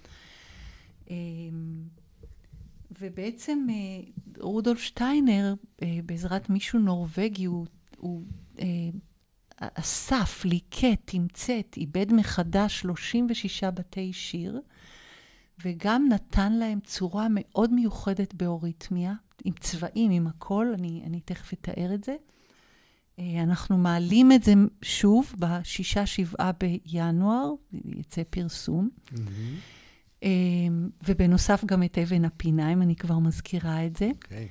ובעצם רודולף שטיינר, בעזרת מישהו נורווגי, הוא אסף, ליקט, תמצת, איבד מחדש 36 בתי שיר, וגם נתן להם צורה מאוד מיוחדת באוריתמיה, עם צבעים, עם הכל, אני תכף אתאר את זה. אנחנו מעלים את זה שוב ב6-7 בינואר, יצא פרסום. ובנוסף גם את אבן הפינה, אם אני כבר מזכירה את זה.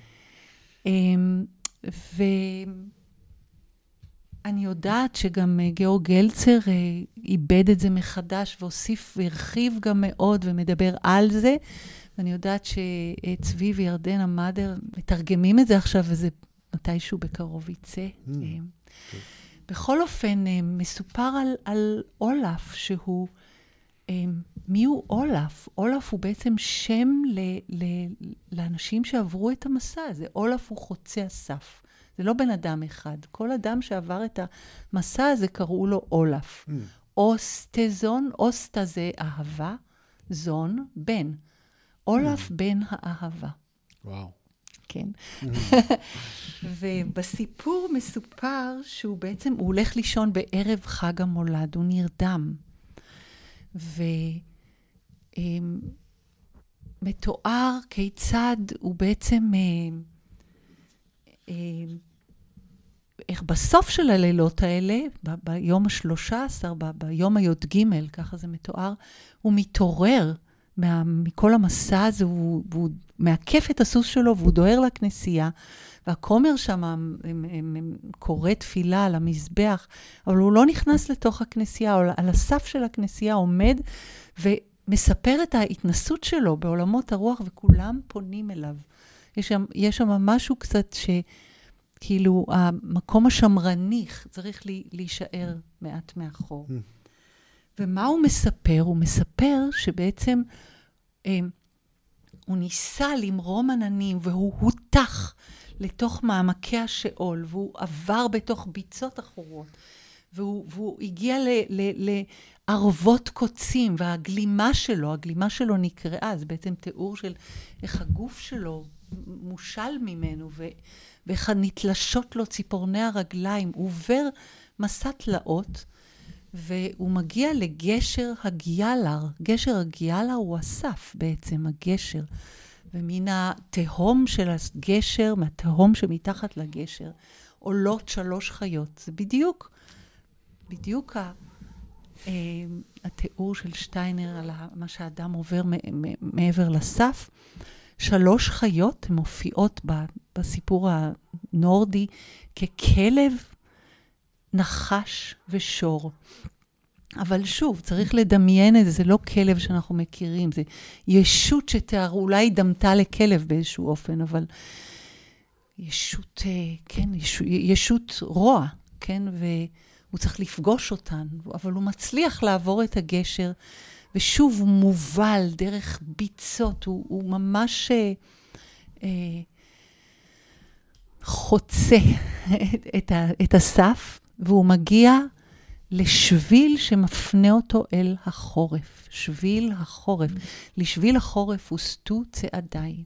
ואני יודעת שגם גיאורג גלצר איבד את זה מחדש, והוסיף והרחיב גם מאוד ומדבר על זה. ואני יודעת שצבי וירדן המדר מתרגמים את זה עכשיו, וזה מתישהו בקרוב יצא. בכל אופן, מסופר על אולף, שהוא... מי הוא אולף? אולף הוא בעצם שם לאנשים שעברו את המסע הזה. אולף הוא חוצה הסף. זה לא בן אדם אחד. כל אדם שעבר את המסע הזה קראו לו אולף. אוסטזון, אוסטה זה אהבה, זון, בן. אולף בן האהבה. וואו. כן. ובסיפור מסופר שהוא בעצם, הוא הולך לישון בערב חג המולד, הוא נרדם. ומתואר כיצד הוא בעצם, איך בסוף של הלילות האלה, ביום ה-13, ביום הי"ג, ככה זה מתואר, הוא מתעורר מכל המסע הזה, והוא מעקף את הסוס שלו, והוא דוהר לכנסייה, והכומר שם קורא תפילה על המזבח, אבל הוא לא נכנס לתוך הכנסייה, על הסף של הכנסייה עומד, ומספר את ההתנסות שלו בעולמות הרוח, וכולם פונים אליו. יש שם משהו קצת שכאילו המקום השמרני צריך להישאר מעט מאחור. ומה הוא מספר? הוא מספר שבעצם הוא ניסה למרום עננים, והוא הותח לתוך מעמקי השאול, והוא עבר בתוך ביצות אחורות, והוא הגיע לערבות קוצים, והגלימה שלו נקראה, זה בעצם תיאור של איך הגוף שלו מושל ממנו, ואיך נתלשות לו ציפורני הרגליים, הוא עובר מסע תלאות, והוא מגיע לגשר הגיאלר. גשר הגיאלר הוא הסף בעצם, הגשר. ומן התהום של הגשר, מהתהום שמתחת לגשר, עולות 3 חיות. זה בדיוק התיאור של שטיינר על מה שהאדם עובר מעבר לסף. 3 חיות מופיעות בסיפור הנורדי ככלב, נחש ושור. אבל שוב, צריך לדמיין את זה, זה לא כלב שאנחנו מכירים, זה ישות שתיארו, אולי דמתה לכלב באיזשהו אופן, אבל ישות, כן, ישות רוע, כן, והוא צריך לפגוש אותן, אבל הוא מצליח לעבור את הגשר, ושוב הוא מובל דרך ביצות, הוא ממש חוצה את הסף, והוא מגיע לשביל שמפנה אותו אל החורף. שביל החורף. לשביל החורף הוסטו צעדיי.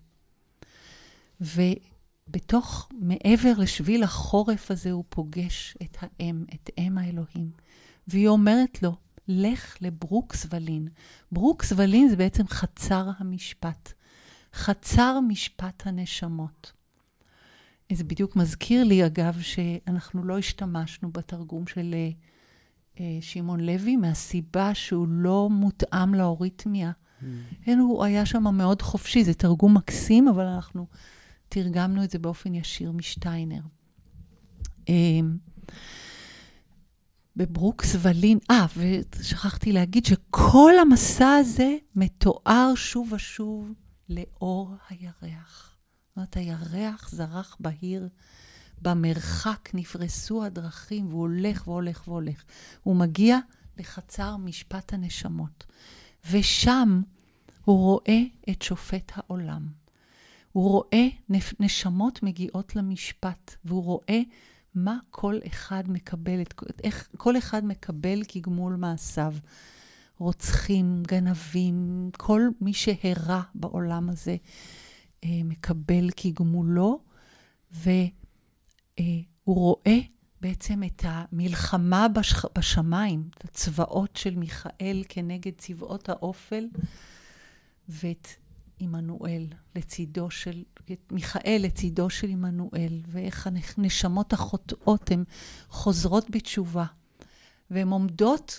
ובתוך, מעבר לשביל החורף הזה, הוא פוגש את האם, את אם האלוהים. והיא אומרת לו, לך לברוקס ולין. ברוקס ולין זה בעצם חצר המשפט. חצר משפט הנשמות. זה בדיוק מזכיר לי, אגב, שאנחנו לא השתמשנו בתרגום של שמעון לוי, מהסיבה שהוא לא מותאם לאוריתמיה. הוא היה שם מאוד חופשי, זה תרגום מקסים, אבל אנחנו תרגמנו את זה באופן ישיר משטיינר. בברוקס ולין, ושכחתי להגיד שכל המסע הזה מתואר שוב ושוב לאור הירח. זאת אומרת, הירח זרח בהיר, במרחק נפרסו הדרכים, והוא הולך והולך והולך. הוא מגיע לחצר משפט הנשמות, ושם הוא רואה את שופט העולם. הוא רואה נשמות מגיעות למשפט, והוא רואה מה כל אחד מקבל, איך כל אחד מקבל כגמול מעשיו. רוצחים, גנבים, כל מי שהרע בעולם הזה מקבל כגמולו, והוא רואה בעצם את המלחמה בשמיים, את הצבאות של מיכאל כנגד צבאות האופל, ואת עמנואל לצידו של, את מיכאל לצידו של עמנואל, ואיך הנשמות החוטאות הן חוזרות בתשובה, והן עומדות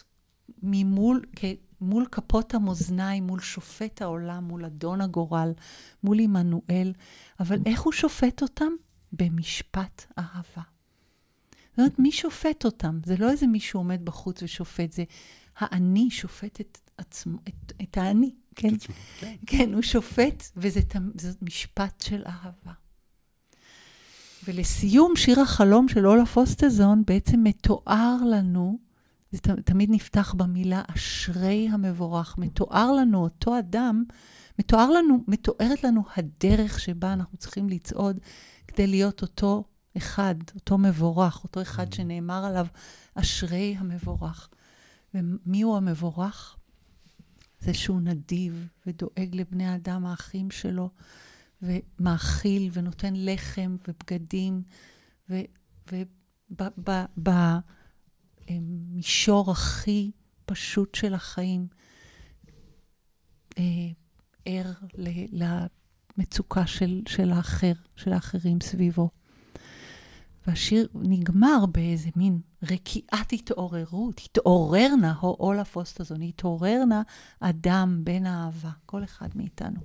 מול כפות המאזניים, מול שופט העולם, מול אדון הגורל, מול עמנואל, אבל איך הוא שופט אותם? במשפט אהבה. זאת אומרת, מי שופט אותם? זה לא איזה מישהו עומד בחוץ ושופט, זה האני שופט את עצמו, את האני, כן? כן, הוא שופט, וזה משפט של אהבה. ולסיום, שיר החלום של אולף אוסטרזון בעצם מתואר לנו, זה תמיד נפתח במילה אשרי המבורך, מתואר לנו אותו אדם, מתוארת לנו הדרך שבה אנחנו צריכים לצעוד כדי להיות אותו אחד, אותו מבורך, אותו אחד שנאמר עליו אשרי המבורך. ומי הוא המבורך? זה שהוא נדיב ודואג לבני האדם האחים שלו, ומאכיל ונותן לחם ובגדים, ובמישור הכי פשוט של החיים, ער למצוקה של האחר, של האחרים סביבו. והשיר נגמר באיזה מין רקיעת התעוררות, התעוררנה, אולף אוסטרזון, התעוררנה אדם בן האהבה, כל אחד מאיתנו.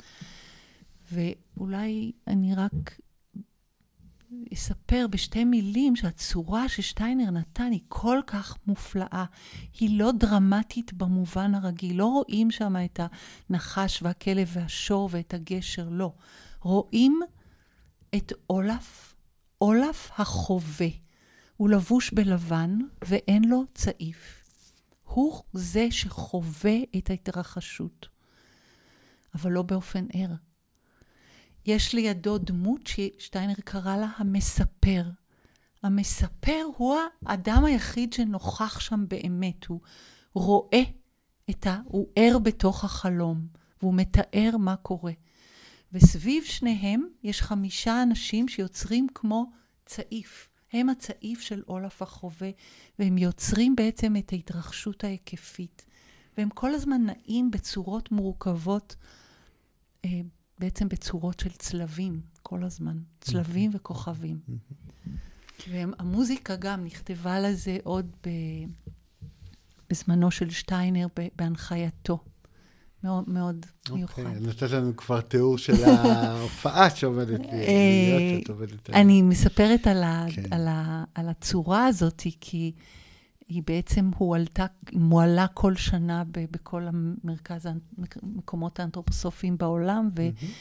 ואולי אני רק אספר בשתי מילים שהצורה ששטיינר נתן היא כל כך מופלאה. היא לא דרמטית במובן הרגיל. לא רואים שם את הנחש והכלב והשור ואת הגשר, לא. רואים את אולף החווה. הוא לבוש בלבן ואין לו צעיף. הוא זה שחווה את ההתרחשות. אבל לא באופן ער. יש לידו דמות ששטיינר קרא לה המספר. המספר הוא האדם היחיד שנוכח שם באמת. הוא רואה הוא ער בתוך החלום, והוא מתאר מה קורה. וסביב שניהם יש 5 אנשים שיוצרים כמו צעיף. הם הצעיף של אולף החווה, והם יוצרים בעצם את ההתרחשות ההיקפית. והם כל הזמן נעים בצורות מורכבות, בעצם בצורות של צלבים, כל הזמן. צלבים וכוכבים. והמוזיקה גם נכתבה לזה עוד בזמנו של שטיינר, בהנחייתו. מאוד מאוד מיוחד. אוקיי, נתת לנו כבר תיאור של ההופעה שעובדת להיות, אני מספרת על הצורה הזאת, כי היא בעצם מועלה כל שנה בכל המקומות האנתרופוסופיים בעולם,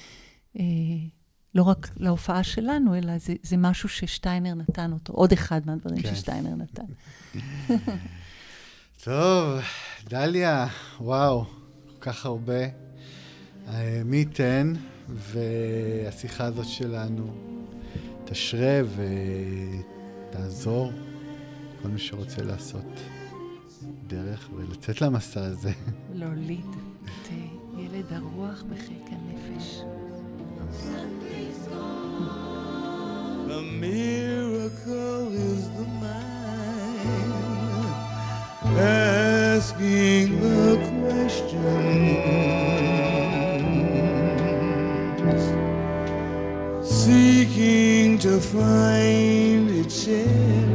ולא רק להופעה שלנו, אלא זה משהו ששטיינר נתן אותו, עוד אחד מהדברים ששטיינר נתן. טוב, דליה, וואו. כך הרבה. מי ייתן, והשיחה הזאת שלנו תשרה ותעזור כל מי שרוצה לעשות דרך ולצאת למסע הזה. להוליד את ילד הרוח בחיק הנפש. The miracle is the mind asking the questions, seeking to find its answer.